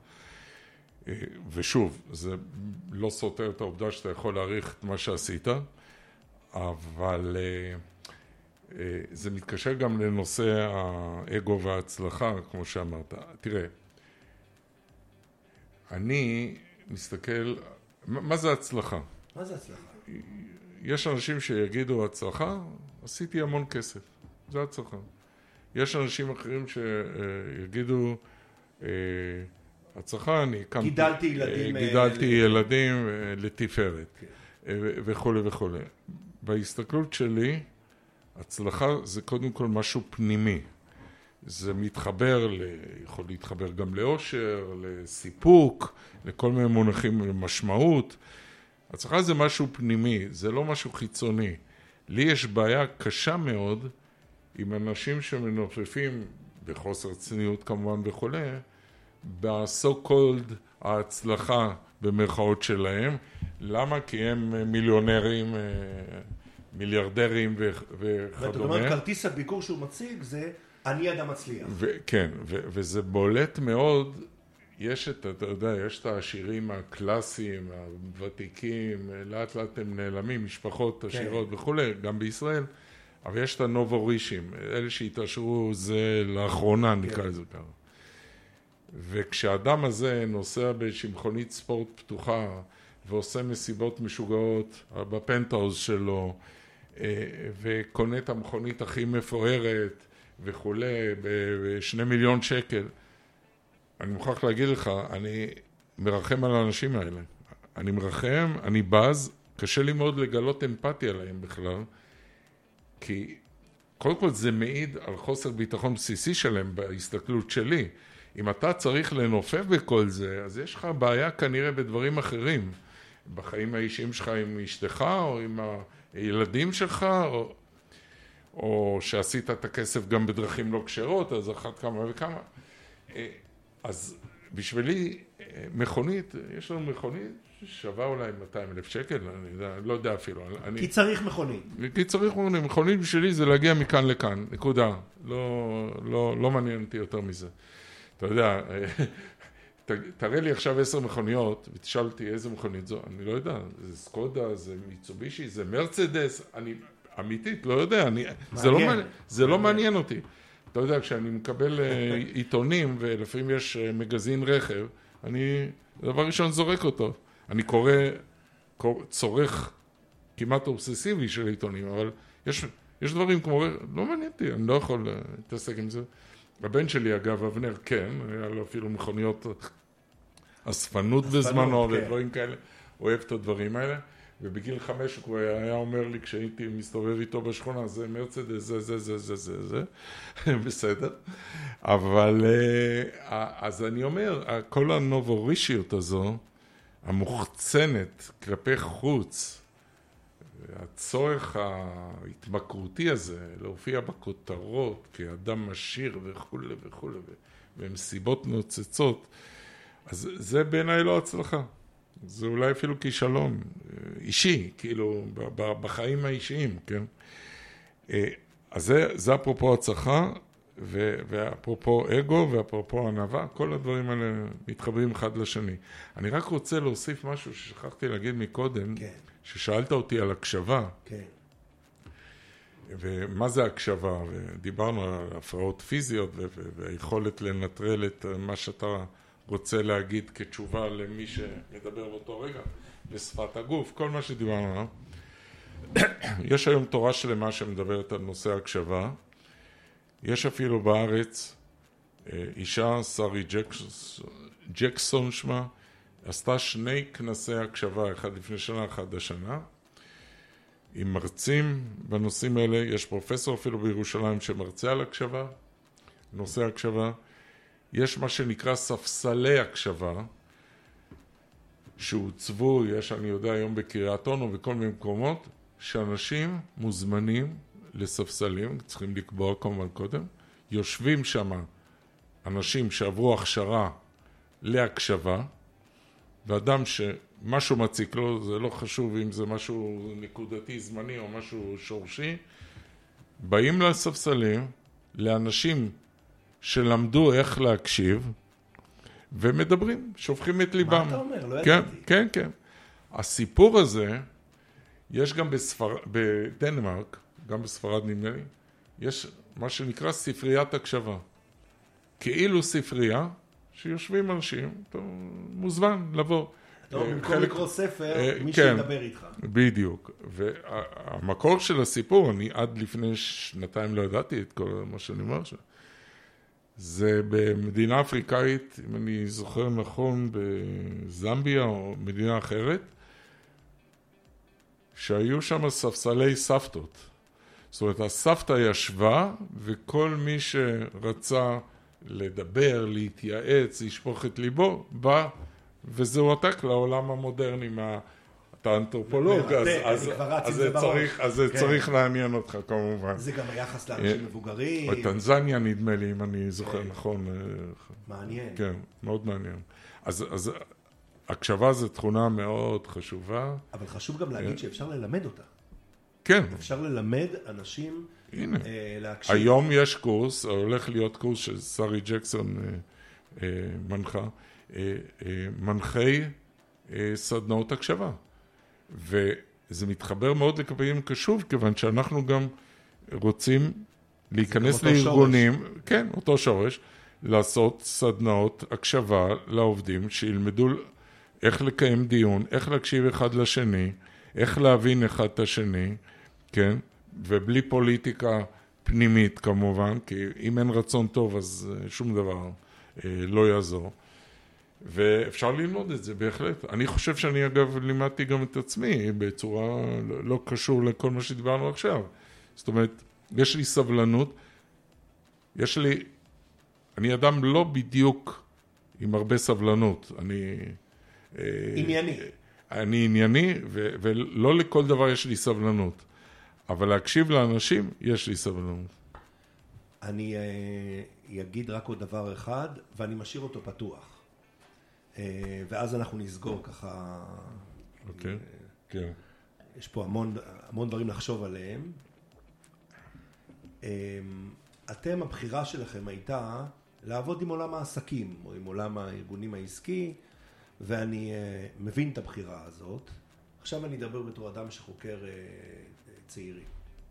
ושוב, זה לא סותר את העובדה שאתה יכול להעריך את מה שעשית, אבל זה מתקשר גם לנושא האגו וההצלחה, כמו שאמרת. תראה, אני מסתכל, מה זה הצלחה? מה זה הצלחה? יש אנשים שיגידו הצלחה, עשיתי המון כסף, זה הצלחה. יש אנשים אחרים שיגידו, הצלחה, אני קמתי, גידלתי ילדים, גידלתי ילדים לתפארת, וכו' וכו'. בהסתכלות שלי, הצלחה זה קודם כל משהו פנימי. זה מתחבר, ל... יכול להתחבר גם לאושר, לסיפוק, לכל מיני מונחים למשמעות. הצלחה זה משהו פנימי, זה לא משהו חיצוני. לי יש בעיה קשה מאוד עם אנשים שמנופפים, בחוסר צניעות כמובן וכו', ב-so called ההצלחה במרכאות שלהם. למה? כי הם מיליונרים, מיליארדרים וכדומה. זאת אומרת, כרטיס הביקור שהוא מציג זה אני אדם מצליח. כן, וזה בולט מאוד. יש את, אתה יודע, יש את העשירים הקלאסיים, הוותיקים, לאט לאט הם נעלמים, משפחות עשירות וכו', גם בישראל, אבל יש את הנובורישים, אלה שהתעשרו זה לאחרונה נקרא לזה ככה. וכשהאדם הזה נוסע בשמכונית ספורט פתוחה, ועושה מסיבות משוגעות בפנטהאוז שלו, וקונה את המכונית הכי מפוארת וכו', בשני מיליון שקל, אני מוכרח להגיד לך, אני מרחם על האנשים האלה. אני מרחם, אני בז, קשה לי מאוד לגלות אמפתיה עליהם בכלל, כי קודם כל זה מעיד על חוסר ביטחון בסיסי שלהם בהסתכלות שלי. אם אתה צריך לנופף בכל זה, אז יש לך בעיה כנראה בדברים אחרים, בחיים האישיים שלך עם אשתך, או עם הילדים שלך, או, או שעשית את הכסף גם בדרכים לא כשרות, אז אחת כמה וכמה. אז בשבילי מכונית, יש לנו מכונית ששווה אולי מאתיים אלף שקל, אני יודע, לא יודע אפילו. אני, כי צריך מכונית. כי צריך מכונית. מכונית בשבילי זה להגיע מכאן לכאן, נקודה. לא, לא, לא מעניין אותי יותר מזה. אתה יודע, ת, תראה לי עכשיו עשר מכוניות, ותשאל אותי איזה מכונית זו, אני לא יודע, זה סקודה, זה מיצובישי, זה מרצדס, אני אמיתית לא יודע, אני, זה, לא, זה לא מעניין אותי. אתה יודע, כשאני מקבל עיתונים, ולפעמים יש מגזין רכב, אני דבר ראשון זורק אותו. אני קורא, צורך כמעט אובססיבי של עיתונים, אבל יש, יש דברים כמו, לא מעניין אותי, אני לא יכול להתעסק עם זה. הבן שלי, אגב, אבנר, כן, היה לו אפילו מכוניות אספנות בזמנו, כן. ודברים כאלה, אוהב את הדברים האלה. ובגיל חמש הוא היה אומר לי, כשהייתי מסתובב איתו בשכונה, זה מרצדס, זה, זה, זה, זה, זה, זה, בסדר. אבל, אז אני אומר, כל הנובורישיות הזו, המוחצנת כלפי חוץ, הצורך ההתמכרותי הזה, להופיע בכותרות, כאדם משיר וכו' וכו', ומסיבות נוצצות, אז זה בעיניי לא הצלחה. זה אולי אפילו כישלון אישי, כאילו, בחיים האישיים, כן? אז זה, זה אפרופו הצלחה, ואפרופו אגו, ואפרופו ענווה, כל הדברים האלה מתחברים אחד לשני. אני רק רוצה להוסיף משהו ששכחתי להגיד מקודם, כן. ששאלת אותי על הקשבה. כן. ומה זה הקשבה? ודיברנו על הפרעות פיזיות, והיכולת לנטרל את מה שאתה רוצה להגיד כתשובה למי שמדבר באותו רגע, בשפת הגוף, כל מה שדיברנו. יש היום תורה שלמה שמדברת על נושא הקשבה. יש אפילו בארץ אישה, שרי ג'קסון שמה, עשתה שני כנסי הקשבה, אחד לפני שנה, אחד השנה, עם מרצים בנושאים האלה. יש פרופסור אפילו בירושלים שמרצה על הקשבה, נושא הקשבה. יש מה שנקרא ספסלי הקשבה, שהוצבו, יש אני יודע היום בקריית אונו וכל מיני מקומות, שאנשים מוזמנים לספסלים, צריכים לקבוע כמובן קודם, יושבים שם אנשים שעברו הכשרה להקשבה, ואדם שמשהו מציק לו, זה לא חשוב אם זה משהו נקודתי, זמני או משהו שורשי, באים לספסלים, לאנשים שלמדו איך להקשיב, ומדברים, שופכים את ליבם. מה אתה אומר? לא כן, ידעתי. כן, כן. הסיפור הזה, יש גם בספר... בדנמרק, גם בספרד נדמה לי, יש מה שנקרא ספריית הקשבה. כאילו ספרייה, שיושבים אנשים, אתה מוזמן לבוא. אתה אומר, במקום לקרוא ספר, מי כן, שידבר איתך. בדיוק. והמקור של הסיפור, אני עד לפני שנתיים לא ידעתי את כל מה שאני אומר שם. זה במדינה אפריקאית, אם אני זוכר נכון, בזמביה או מדינה אחרת, שהיו שם ספסלי סבתות. זאת אומרת, הסבתא ישבה, וכל מי שרצה לדבר, להתייעץ, לשפוך את ליבו, בא, וזה הועתק לעולם המודרני מה... אתה אנתרופולוג, אז זה צריך לעניין אותך כמובן. זה גם היחס לאנשים מבוגרים. בטנזניה נדמה לי, אם אני זוכר נכון. מעניין. כן, מאוד מעניין. אז הקשבה זו תכונה מאוד חשובה. אבל חשוב גם להגיד שאפשר ללמד אותה. כן. אפשר ללמד אנשים להקשיב. היום יש קורס, הולך להיות קורס של שרי ג'קסון מנחה, מנחי סדנאות הקשבה. וזה מתחבר מאוד לקבעים קשוב, כיוון שאנחנו גם רוצים להיכנס לארגונים, שורש. כן, אותו שורש, לעשות סדנאות הקשבה לעובדים, שילמדו איך לקיים דיון, איך להקשיב אחד לשני, איך להבין אחד את השני, כן, ובלי פוליטיקה פנימית כמובן, כי אם אין רצון טוב אז שום דבר אה, לא יעזור. ואפשר ללמוד את זה בהחלט. אני חושב שאני אגב לימדתי גם את עצמי בצורה לא קשור לכל מה שדיברנו עכשיו. זאת אומרת, יש לי סבלנות, יש לי, אני אדם לא בדיוק עם הרבה סבלנות. אני... ענייני. אני ענייני, ו- ולא לכל דבר יש לי סבלנות. אבל להקשיב לאנשים, יש לי סבלנות. אני אגיד רק עוד דבר אחד, ואני משאיר אותו פתוח. ואז אנחנו נסגור ככה. אוקיי, כן. יש פה המון, המון דברים לחשוב עליהם. אתם, הבחירה שלכם הייתה לעבוד עם עולם העסקים, או עם עולם הארגונים העסקי, ואני מבין את הבחירה הזאת. עכשיו אני אדבר בתור אדם שחוקר צעירים.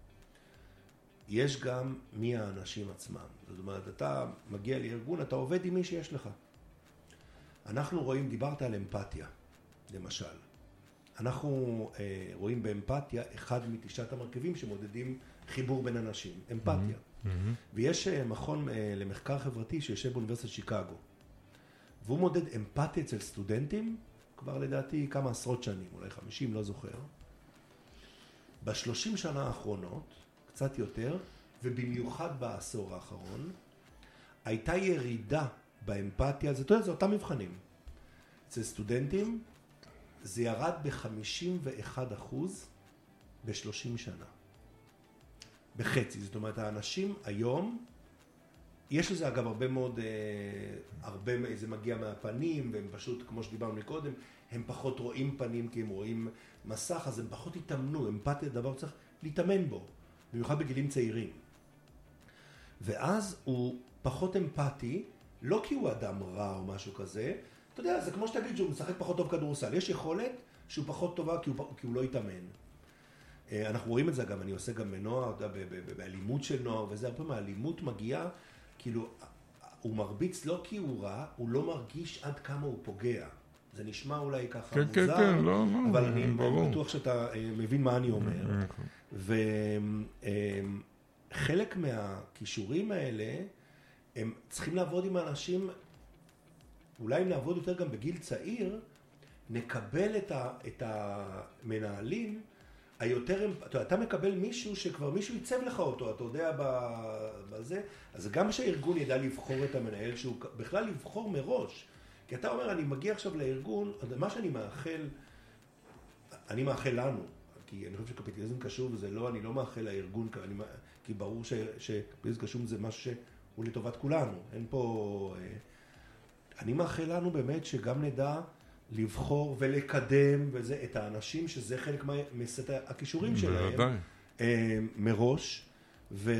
יש גם מי האנשים עצמם. זאת אומרת, אתה מגיע לארגון, אתה עובד עם מי שיש לך. אנחנו רואים, דיברת על אמפתיה, למשל. אנחנו אה, רואים באמפתיה אחד מתשעת המרכיבים שמודדים חיבור בין אנשים, אמפתיה. Mm-hmm. Mm-hmm. ויש אה, מכון אה, למחקר חברתי שיושב באוניברסיטת שיקגו. והוא מודד אמפתיה אצל סטודנטים, כבר לדעתי כמה עשרות שנים, אולי חמישים, לא זוכר. בשלושים שנה האחרונות, קצת יותר, ובמיוחד בעשור האחרון, הייתה ירידה באמפתיה, זה, זה אותם מבחנים. אצל סטודנטים, זה ירד ב-חמישים ואחד אחוז ב-שלושים שנה. בחצי. זאת אומרת, האנשים היום, יש לזה אגב הרבה מאוד, הרבה, זה מגיע מהפנים, והם פשוט, כמו שדיברנו מקודם, הם פחות רואים פנים כי הם רואים מסך, אז הם פחות התאמנו. אמפתיה דבר צריך להתאמן בו, במיוחד בגילים צעירים. ואז הוא פחות אמפתי, לא כי הוא אדם רע או משהו כזה, אתה יודע, זה כמו שתגיד שהוא משחק פחות טוב כדורסל, יש יכולת שהוא פחות טובה כי הוא, כי הוא לא יתאמן. אנחנו רואים את זה גם, אני עושה גם בנוער, באלימות של נוער וזה, הרבה מהאלימות מגיעה, כאילו, הוא מרביץ לא כי הוא רע, הוא לא מרגיש עד כמה הוא פוגע. זה נשמע אולי ככה כן, מוזר, כן, כן, לא, לא, אבל אני ברור. בטוח שאתה מבין מה אני אומר. וחלק מהכישורים האלה, הם צריכים לעבוד עם האנשים, אולי אם נעבוד יותר גם בגיל צעיר, נקבל את, ה, את המנהלים היותר, אתה, אתה מקבל מישהו שכבר מישהו ייצב לך אותו, אתה יודע בזה, אז גם שהארגון ידע לבחור את המנהל, שהוא בכלל לבחור מראש, כי אתה אומר, אני מגיע עכשיו לארגון, מה שאני מאחל, אני מאחל לנו, כי אני חושב שקפיטליזם קשור, וזה לא, אני לא מאחל לארגון, אני, כי ברור שקפיטליזם קשור זה משהו שהוא לטובת כולנו, אין פה, אני מאחל לנו באמת שגם נדע לבחור ולקדם וזה, את האנשים שזה חלק מסט הכישורים שלהם מראש, ו...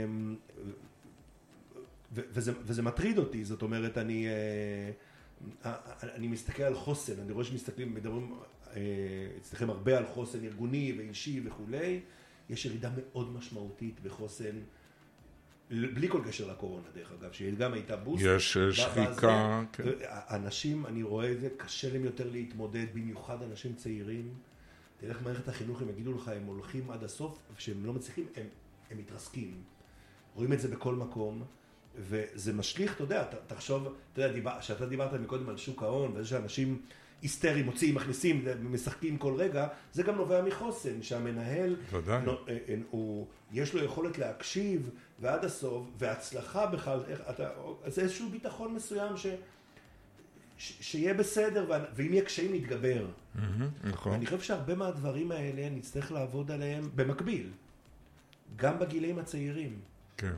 ו... וזה, וזה מטריד אותי, זאת אומרת, אני, אני מסתכל על חוסן, אני רואה שמסתכלים, מדברים אצלכם הרבה על חוסן ארגוני ואישי וכולי, יש ירידה מאוד משמעותית בחוסן, בלי כל קשר לקורונה דרך אגב, שגם הייתה בוסט. יש שחיקה. כן. אנשים, אני רואה את זה, קשה להם יותר להתמודד, במיוחד אנשים צעירים. תלך מערכת החינוך, הם יגידו לך, הם הולכים עד הסוף, וכשהם לא מצליחים, הם, הם מתרסקים. רואים את זה בכל מקום, וזה משליך, אתה יודע, תחשוב, אתה יודע, דיבר, שאתה דיברת מקודם על שוק ההון, וזה שאנשים היסטרי, מוציאים, מכניסים, משחקים כל רגע, זה גם נובע מחוסן, שהמנהל, נו, הוא, יש לו יכולת להקשיב ועד הסוף, והצלחה בכלל, אתה, זה איזשהו ביטחון מסוים ש, ש, שיהיה בסדר, ואם יהיה קשיים נתגבר. נכון. אני חושב שהרבה מהדברים האלה נצטרך לעבוד עליהם במקביל, גם בגילאים הצעירים. כן.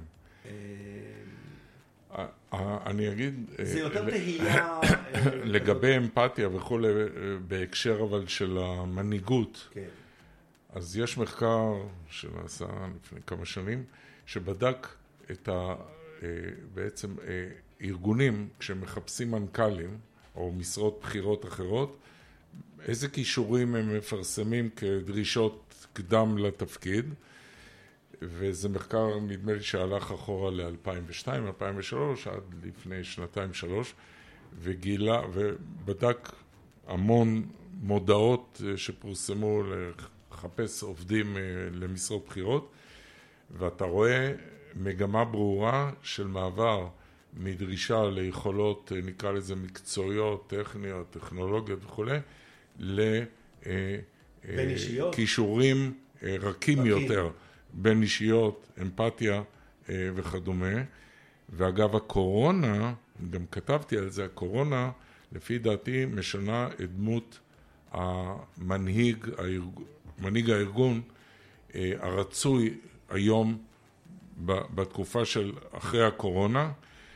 אני אגיד... זה יותר תהייה... לגבי אמפתיה וכולי, בהקשר אבל של המנהיגות. כן. אז יש מחקר שנעשה לפני כמה שנים, שבדק את ה... בעצם ארגונים, כשמחפשים מנכ"לים, או משרות בחירות אחרות, איזה כישורים הם מפרסמים כדרישות קדם לתפקיד, וזה מחקר, נדמה לי, שהלך אחורה ל-אלפיים ושתיים, אלפיים ושלוש, עד לפני שנתיים, שלוש, וגילה, ובדק המון מודעות שפורסמו לחפש עובדים למשרות בחירות, ואתה רואה מגמה ברורה של מעבר מדרישה ליכולות, נקרא לזה מקצועיות, טכניות, טכנולוגיות וכו', לכישורים רכים יותר. בין אישיות, אמפתיה וכדומה. ואגב, הקורונה, גם כתבתי על זה, הקורונה, לפי דעתי, משנה את דמות המנהיג, מנהיג הארגון, הרצוי היום בתקופה של אחרי הקורונה,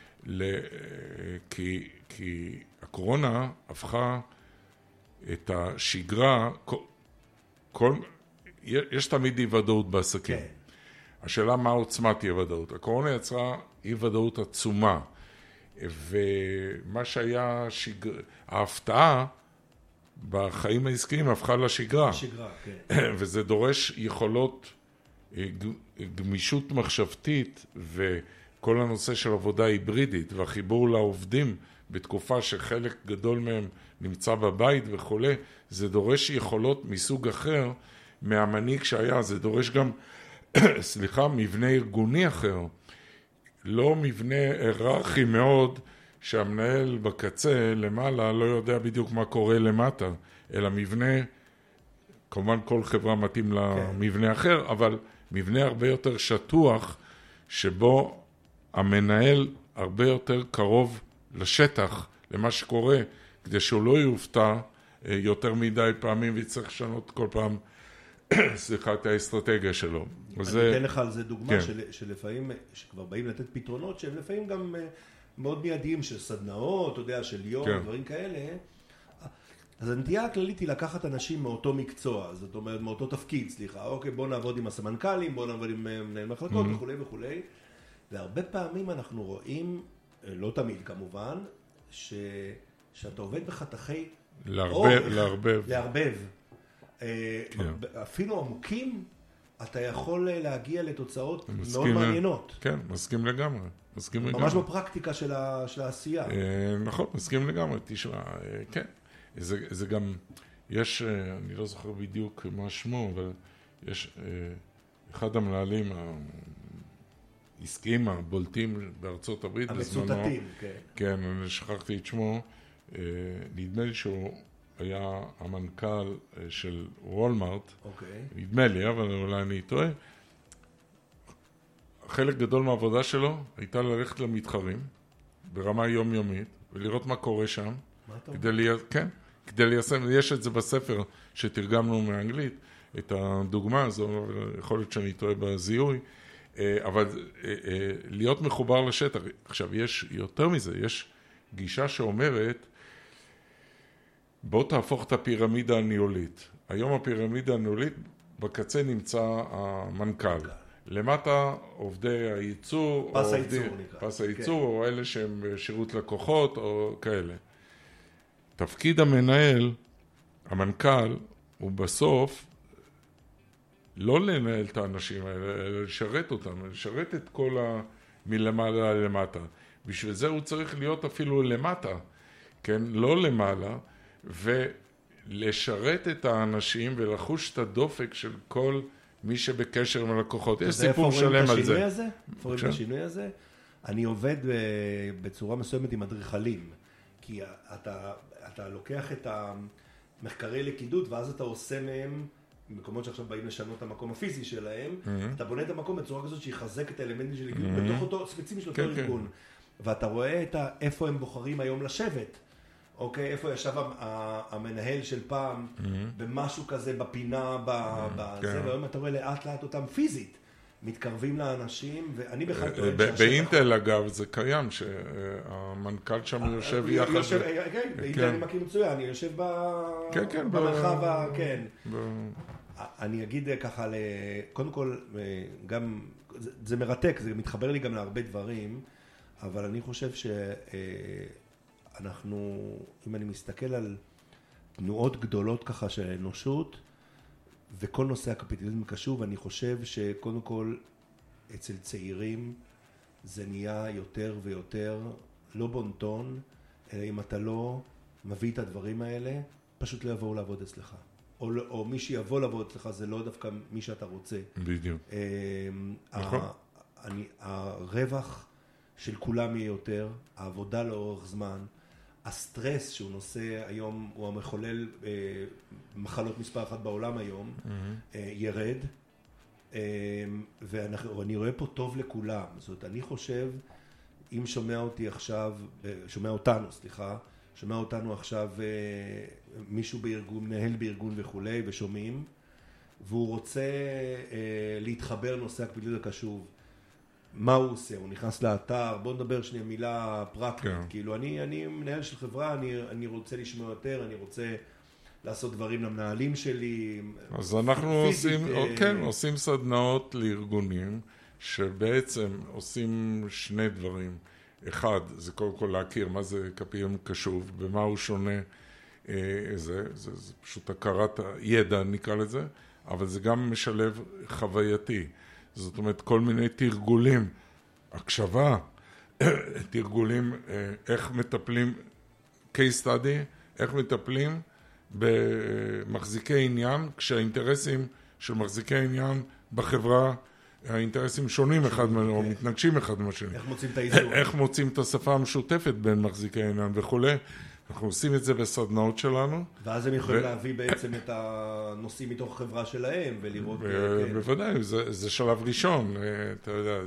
כי, כי הקורונה הפכה את השגרה, כל... יש תמיד אי ודאות בעסקים. כן. השאלה מה עוצמת אי ודאות. הקורונה יצרה אי ודאות עצומה, ומה שהיה שגר... ההפתעה בחיים העסקיים הפכה לשגרה. שגרה, כן. וזה דורש יכולות, גמישות מחשבתית, וכל הנושא של עבודה היברידית, והחיבור לעובדים בתקופה שחלק גדול מהם נמצא בבית וכו', זה דורש יכולות מסוג אחר, מהמנהיג שהיה, זה דורש גם, סליחה, מבנה ארגוני אחר, לא מבנה היררכי מאוד, שהמנהל בקצה למעלה לא יודע בדיוק מה קורה למטה, אלא מבנה, כמובן כל חברה מתאים למבנה אחר, אבל מבנה הרבה יותר שטוח, שבו המנהל הרבה יותר קרוב לשטח, למה שקורה, כדי שהוא לא יופתע יותר מדי פעמים, ויצטרך לשנות כל פעם, סליחה, את האסטרטגיה שלו. אני אתן לך על זה דוגמה, שלפעמים, שכבר באים לתת פתרונות, שהם לפעמים גם מאוד מיידיים, של סדנאות, אתה יודע, של יום, דברים כאלה. אז הנטייה הכללית היא לקחת אנשים מאותו מקצוע, זאת אומרת, מאותו תפקיד, סליחה, אוקיי, בוא נעבוד עם הסמנכ"לים, בוא נעבוד עם מנהל מחלקות וכו' וכו'. והרבה פעמים אנחנו רואים, לא תמיד כמובן, שאתה עובד בחתכי לערבב. לערבב. אפילו עמוקים, אתה יכול להגיע לתוצאות מאוד מעניינות. כן, מסכים לגמרי. מסכים לגמרי. ממש בפרקטיקה של העשייה. נכון, מסכים לגמרי. תשמע, כן. זה גם, יש, אני לא זוכר בדיוק מה שמו, אבל יש אחד המנהלים העסקיים הבולטים בארצות הברית. המצוטטים, כן. כן, אני שכחתי את שמו. נדמה לי שהוא היה המנכ"ל של וולמארט. אוקיי. נדמה לי, אבל אולי אני טועה. חלק גדול מהעבודה שלו הייתה ללכת למתחרים ברמה יומיומית ולראות מה קורה שם. מה אתה כדי לי... כן, כדי ליישם, יש את זה בספר שתרגמנו מאנגלית, את הדוגמה הזו, יכול להיות שאני טועה בזיהוי, אבל להיות מחובר לשטח. עכשיו, יש יותר מזה, יש גישה שאומרת, בוא תהפוך את הפירמידה הניהולית. היום הפירמידה הניהולית, בקצה נמצא המנכ"ל. למטה עובדי הייצור, פס הייצור נקרא. פס הייצור, או אלה שהם שירות לקוחות, או כאלה. תפקיד המנהל, המנכ"ל, הוא בסוף לא לנהל את האנשים האלה, אלא לשרת אותם, לשרת את כל מלמעלה למטה. בשביל זה הוא צריך להיות אפילו למטה, כן? לא למעלה, ולשרת את האנשים ולחוש את הדופק של כל מי שבקשר עם הלקוחות. יש סיפור שלם על זה. איפה רואים את השינוי הזה? אני עובד בצורה מסוימת עם אדריכלים. כי אתה, אתה לוקח את המחקרי לכידות, ואז אתה עושה מהם, במקומות שעכשיו באים לשנות את המקום הפיזי שלהם, mm-hmm. אתה בונה את המקום בצורה כזאת שיחזק את האלמנטים של לכידות mm-hmm. בתוך אותו ספציפי של אותו כן, ארגון. כן. ואתה רואה את ה, איפה הם בוחרים היום לשבת. אוקיי, איפה ישב המנהל של פעם, mm-hmm. במשהו כזה בפינה, בזה, mm-hmm. והיום אתה רואה לאט לאט אותם פיזית. מתקרבים לאנשים, ואני בכלל טוען שהשטח... באינטל אגב זה קיים, שהמנכ"ל שם יושב יחד... כן, באינטל אני מכיר מצוין, אני יושב במרחב ה... כן. אני אגיד ככה, קודם כל, גם, זה מרתק, זה מתחבר לי גם להרבה דברים, אבל אני חושב שאנחנו, אם אני מסתכל על תנועות גדולות ככה של האנושות, וכל נושא הקפיטליזם קשור, ואני חושב שקודם כל אצל צעירים זה נהיה יותר ויותר לא בונטון, אלא אם אתה לא מביא את הדברים האלה, פשוט לא יבואו לעבוד אצלך. או, או מי שיבוא לעבוד אצלך זה לא דווקא מי שאתה רוצה. בדיוק. נכון. אני, הרווח של כולם יהיה יותר, העבודה לאורך זמן, הסטרס שהוא נושא היום, הוא המחולל אה, מחלות מספר אחת בעולם היום, mm-hmm. אה, ירד, אה, ואני רואה פה טוב לכולם. זאת אומרת, אני חושב, אם שומע אותי עכשיו, אה, שומע אותנו, סליחה, שומע אותנו עכשיו אה, מישהו בארגון, מנהל בארגון וכולי, ושומעים, והוא רוצה אה, להתחבר נושא הקפיטליזם הקשוב. מה הוא עושה? הוא נכנס לאתר, בוא נדבר שנייה מילה פרקטית, כן. כאילו אני, אני מנהל של חברה, אני, אני רוצה לשמוע יותר, אני רוצה לעשות דברים למנהלים שלי. אז אנחנו פיזית, עושים, אה... כן, עושים סדנאות לארגונים, שבעצם עושים שני דברים. אחד, זה קודם כל להכיר מה זה קפיטליזם קשוב, במה הוא שונה, אה, זה, זה, זה פשוט הכרת הידע נקרא לזה, אבל זה גם משלב חווייתי. זאת אומרת, כל מיני תרגולים, הקשבה, תרגולים, איך מטפלים, case study, איך מטפלים במחזיקי עניין, כשהאינטרסים של מחזיקי עניין בחברה, האינטרסים שונים אחד מהשני, או מתנגשים אחד מהשני. איך מוצאים את האיזון? איך מוצאים את השפה המשותפת בין מחזיקי עניין וכו'. אנחנו עושים את זה בסדנאות שלנו. ואז הם יכולים להביא בעצם את הנושאים מתוך החברה שלהם, ולראות... בוודאי, זה שלב ראשון, אתה יודע,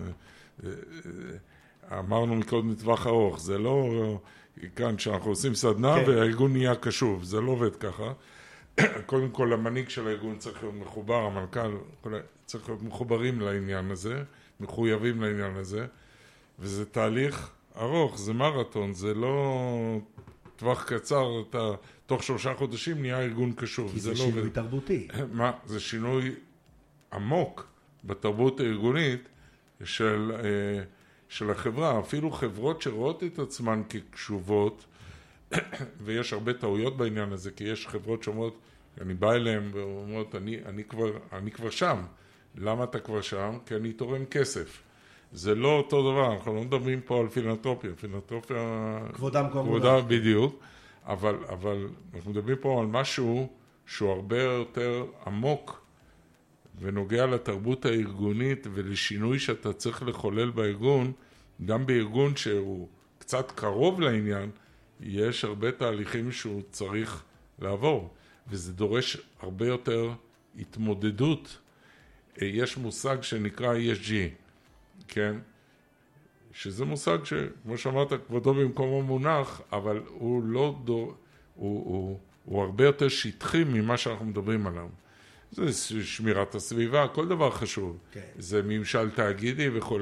אמרנו מקודם מטווח ארוך, זה לא כאן שאנחנו עושים סדנה והארגון נהיה קשוב, זה לא עובד ככה. קודם כל, המנהיג של הארגון צריך להיות מחובר, המנכ"ל צריך להיות מחוברים לעניין הזה, מחויבים לעניין הזה, וזה תהליך ארוך, זה מרתון, זה לא טווח קצר, אתה תוך שלושה חודשים נהיה ארגון קשוב. כי זה, זה שינוי לא... תרבותי. מה? זה שינוי עמוק בתרבות הארגונית של, של החברה. אפילו חברות שרואות את עצמן כקשובות, ויש הרבה טעויות בעניין הזה, כי יש חברות שאומרות, אני בא אליהם ואומרות, אני, אני, כבר, אני כבר שם. למה אתה כבר שם? כי אני תורם כסף. זה לא אותו דבר, אנחנו לא מדברים פה על פילנטרופיה, פילנטרופיה... כבודם כמו כבודה בדיוק, אבל, אבל אנחנו מדברים פה על משהו שהוא הרבה יותר עמוק ונוגע לתרבות הארגונית ולשינוי שאתה צריך לחולל בארגון, גם בארגון שהוא קצת קרוב לעניין, יש הרבה תהליכים שהוא צריך לעבור, וזה דורש הרבה יותר התמודדות. יש מושג שנקרא E S G, כן? שזה מושג שכמו שאמרת, כבודו במקומו מונח, אבל הוא לא דו, הוא, הוא, הוא הרבה יותר שטחי ממה שאנחנו מדברים עליו. זה שמירת הסביבה, כל דבר חשוב. Okay. זה ממשל תאגידי וכו'.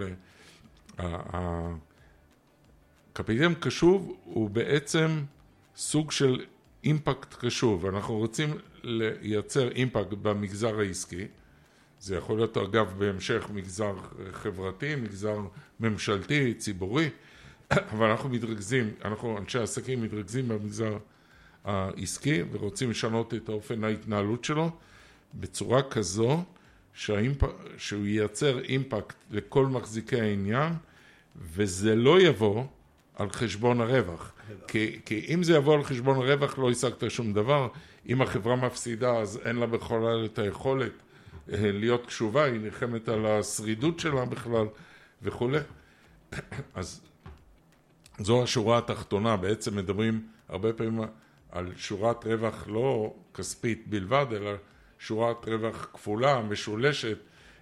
הקפיטליזם קשוב הוא בעצם סוג של אימפקט קשוב. אנחנו רוצים לייצר אימפקט במגזר העסקי, זה יכול להיות אגב בהמשך מגזר חברתי, מגזר ממשלתי, ציבורי, אבל אנחנו מתרכזים, אנחנו אנשי עסקים מתרכזים במגזר העסקי ורוצים לשנות את האופן ההתנהלות שלו בצורה כזו שהאימפ... שהוא ייצר אימפקט לכל מחזיקי העניין, וזה לא יבוא על חשבון הרווח. כי, כי אם זה יבוא על חשבון הרווח לא ישגת שום דבר. אם החברה מפסידה אז אין לה בכלל את היכולת להיות קשובה, היא נלחמת על השרידות שלה בכלל וכו'. אז זו השורה התחתונה, בעצם מדברים הרבה פעמים על שורת רווח לא כספית בלבד, אלא שורת רווח כפולה, משולשת,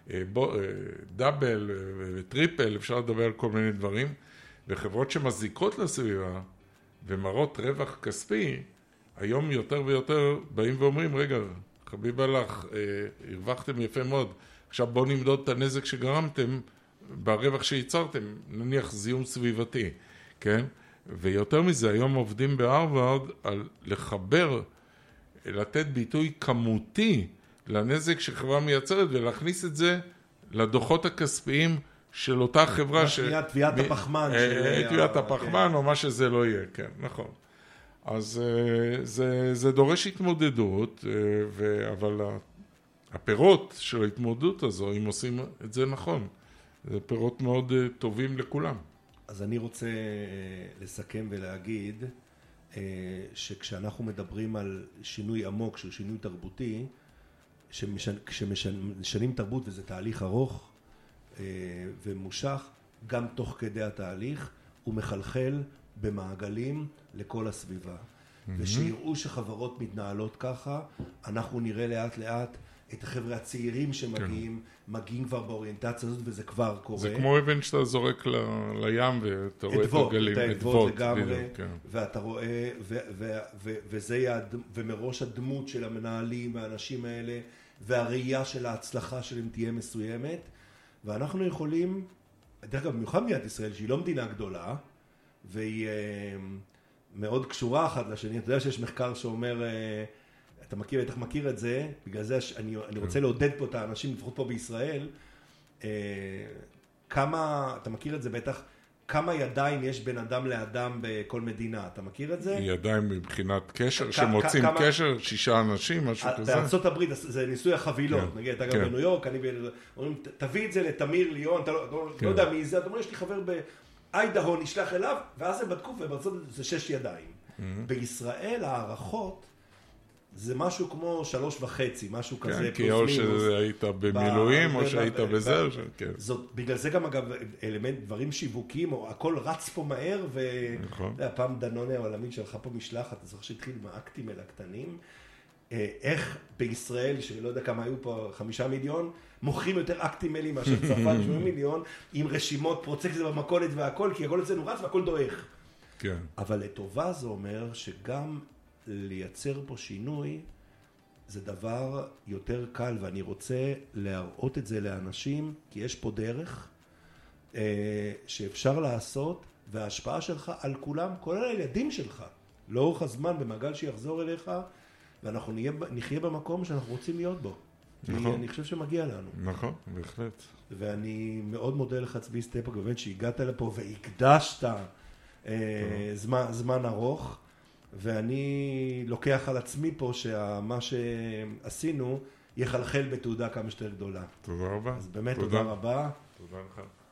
דאבל וטריפל, אפשר לדבר על כל מיני דברים, וחברות שמזיקות לסביבה ומראות רווח כספי, היום יותר ויותר באים ואומרים, רגע, חביב הלך, הרווחתם יפה מאוד, עכשיו בואו נמדוד את הנזק שגרמתם ברווח שייצרתם, נניח זיהום סביבתי, כן? ויותר מזה, היום עובדים בהרווארד על לחבר, לתת ביטוי כמותי לנזק שחברה מייצרת ולהכניס את זה לדוחות הכספיים של אותה חברה ש... תביעת הפחמן. תביעת הפחמן או מה שזה לא יהיה, כן, נכון. אז זה, זה דורש התמודדות, אבל הפירות של ההתמודדות הזו, אם עושים את זה נכון, זה פירות מאוד טובים לכולם. אז אני רוצה לסכם ולהגיד שכשאנחנו מדברים על שינוי עמוק, שהוא שינוי תרבותי, כשמשנים תרבות, וזה תהליך ארוך ומושך, גם תוך כדי התהליך, הוא מחלחל במעגלים לכל הסביבה. Mm-hmm. ושיראו שחברות מתנהלות ככה, אנחנו נראה לאט לאט את החבר'ה הצעירים שמגיעים, כן. מגיעים כבר באוריינטציה הזאת, וזה כבר קורה. זה כמו אבן שאתה זורק ל... לים, ואתה רואה את הגלים. את האדוות לגמרי, כן. ואתה רואה, ו- ו- ו- וזה יעד, ומראש הדמות של המנהלים והאנשים האלה, והראייה של ההצלחה שלהם תהיה מסוימת, ואנחנו יכולים, דרך אגב, במיוחד מדינת ישראל, שהיא לא מדינה גדולה, והיא מאוד קשורה אחת לשני. אתה יודע שיש מחקר שאומר, אתה מכיר, אתה מכיר את זה, בגלל זה אני, אני רוצה לעודד פה את האנשים, לפחות פה בישראל, כמה, אתה מכיר את זה בטח, כמה ידיים יש בין אדם לאדם בכל מדינה, אתה מכיר את זה? ידיים מבחינת קשר, שמוצאים קשר, שישה אנשים, משהו כזה. בארצות הברית זה ניסוי החבילות, נגיד, אתה גם בניו יורק, אני אומרים, תביא את זה לתמיר ליאון, אתה לא יודע מי זה, אתה אומר, יש לי חבר באיידהו, נשלח אליו, ואז הם בדקו, ובארצות זה שש ידיים. בישראל הערכות, זה משהו כמו שלוש וחצי, משהו כזה, פלוס מינוס. כן, כי או שהיית במילואים, או שהיית בזה, כן. בגלל זה גם, אגב, אלמנט, דברים שיווקים, או הכל רץ פה מהר, והפעם דנונה העולמית שלך פה משלחת, אז איך שהתחיל עם האקטימל הקטנים, איך בישראל, שאני לא יודע כמה היו פה, חמישה מיליון, מוכרים יותר אקטימלים מאשר צרפת, שמונים מיליון, עם רשימות, פרוצקציה במכולת והכל, כי הכל אצלנו רץ והכל דועך. כן. אבל לטובה זה אומר שגם לייצר פה שינוי זה דבר יותר קל, ואני רוצה להראות את זה לאנשים, כי יש פה דרך אה, שאפשר לעשות, וההשפעה שלך על כולם, כולל הילדים שלך, לאורך הזמן במעגל שיחזור אליך, ואנחנו נהיה, נחיה במקום שאנחנו רוצים להיות בו. נכון. אני חושב שמגיע לנו. נכון, בהחלט. ואני מאוד מודה לך, צבי סטפאק, באמת שהגעת לפה והקדשת אה, זמן, זמן ארוך, ואני לוקח על עצמי פה שמה שעשינו יחלחל בתעודה כמה שיותר גדולה. תודה רבה. אז באמת תודה, תודה רבה. תודה לך.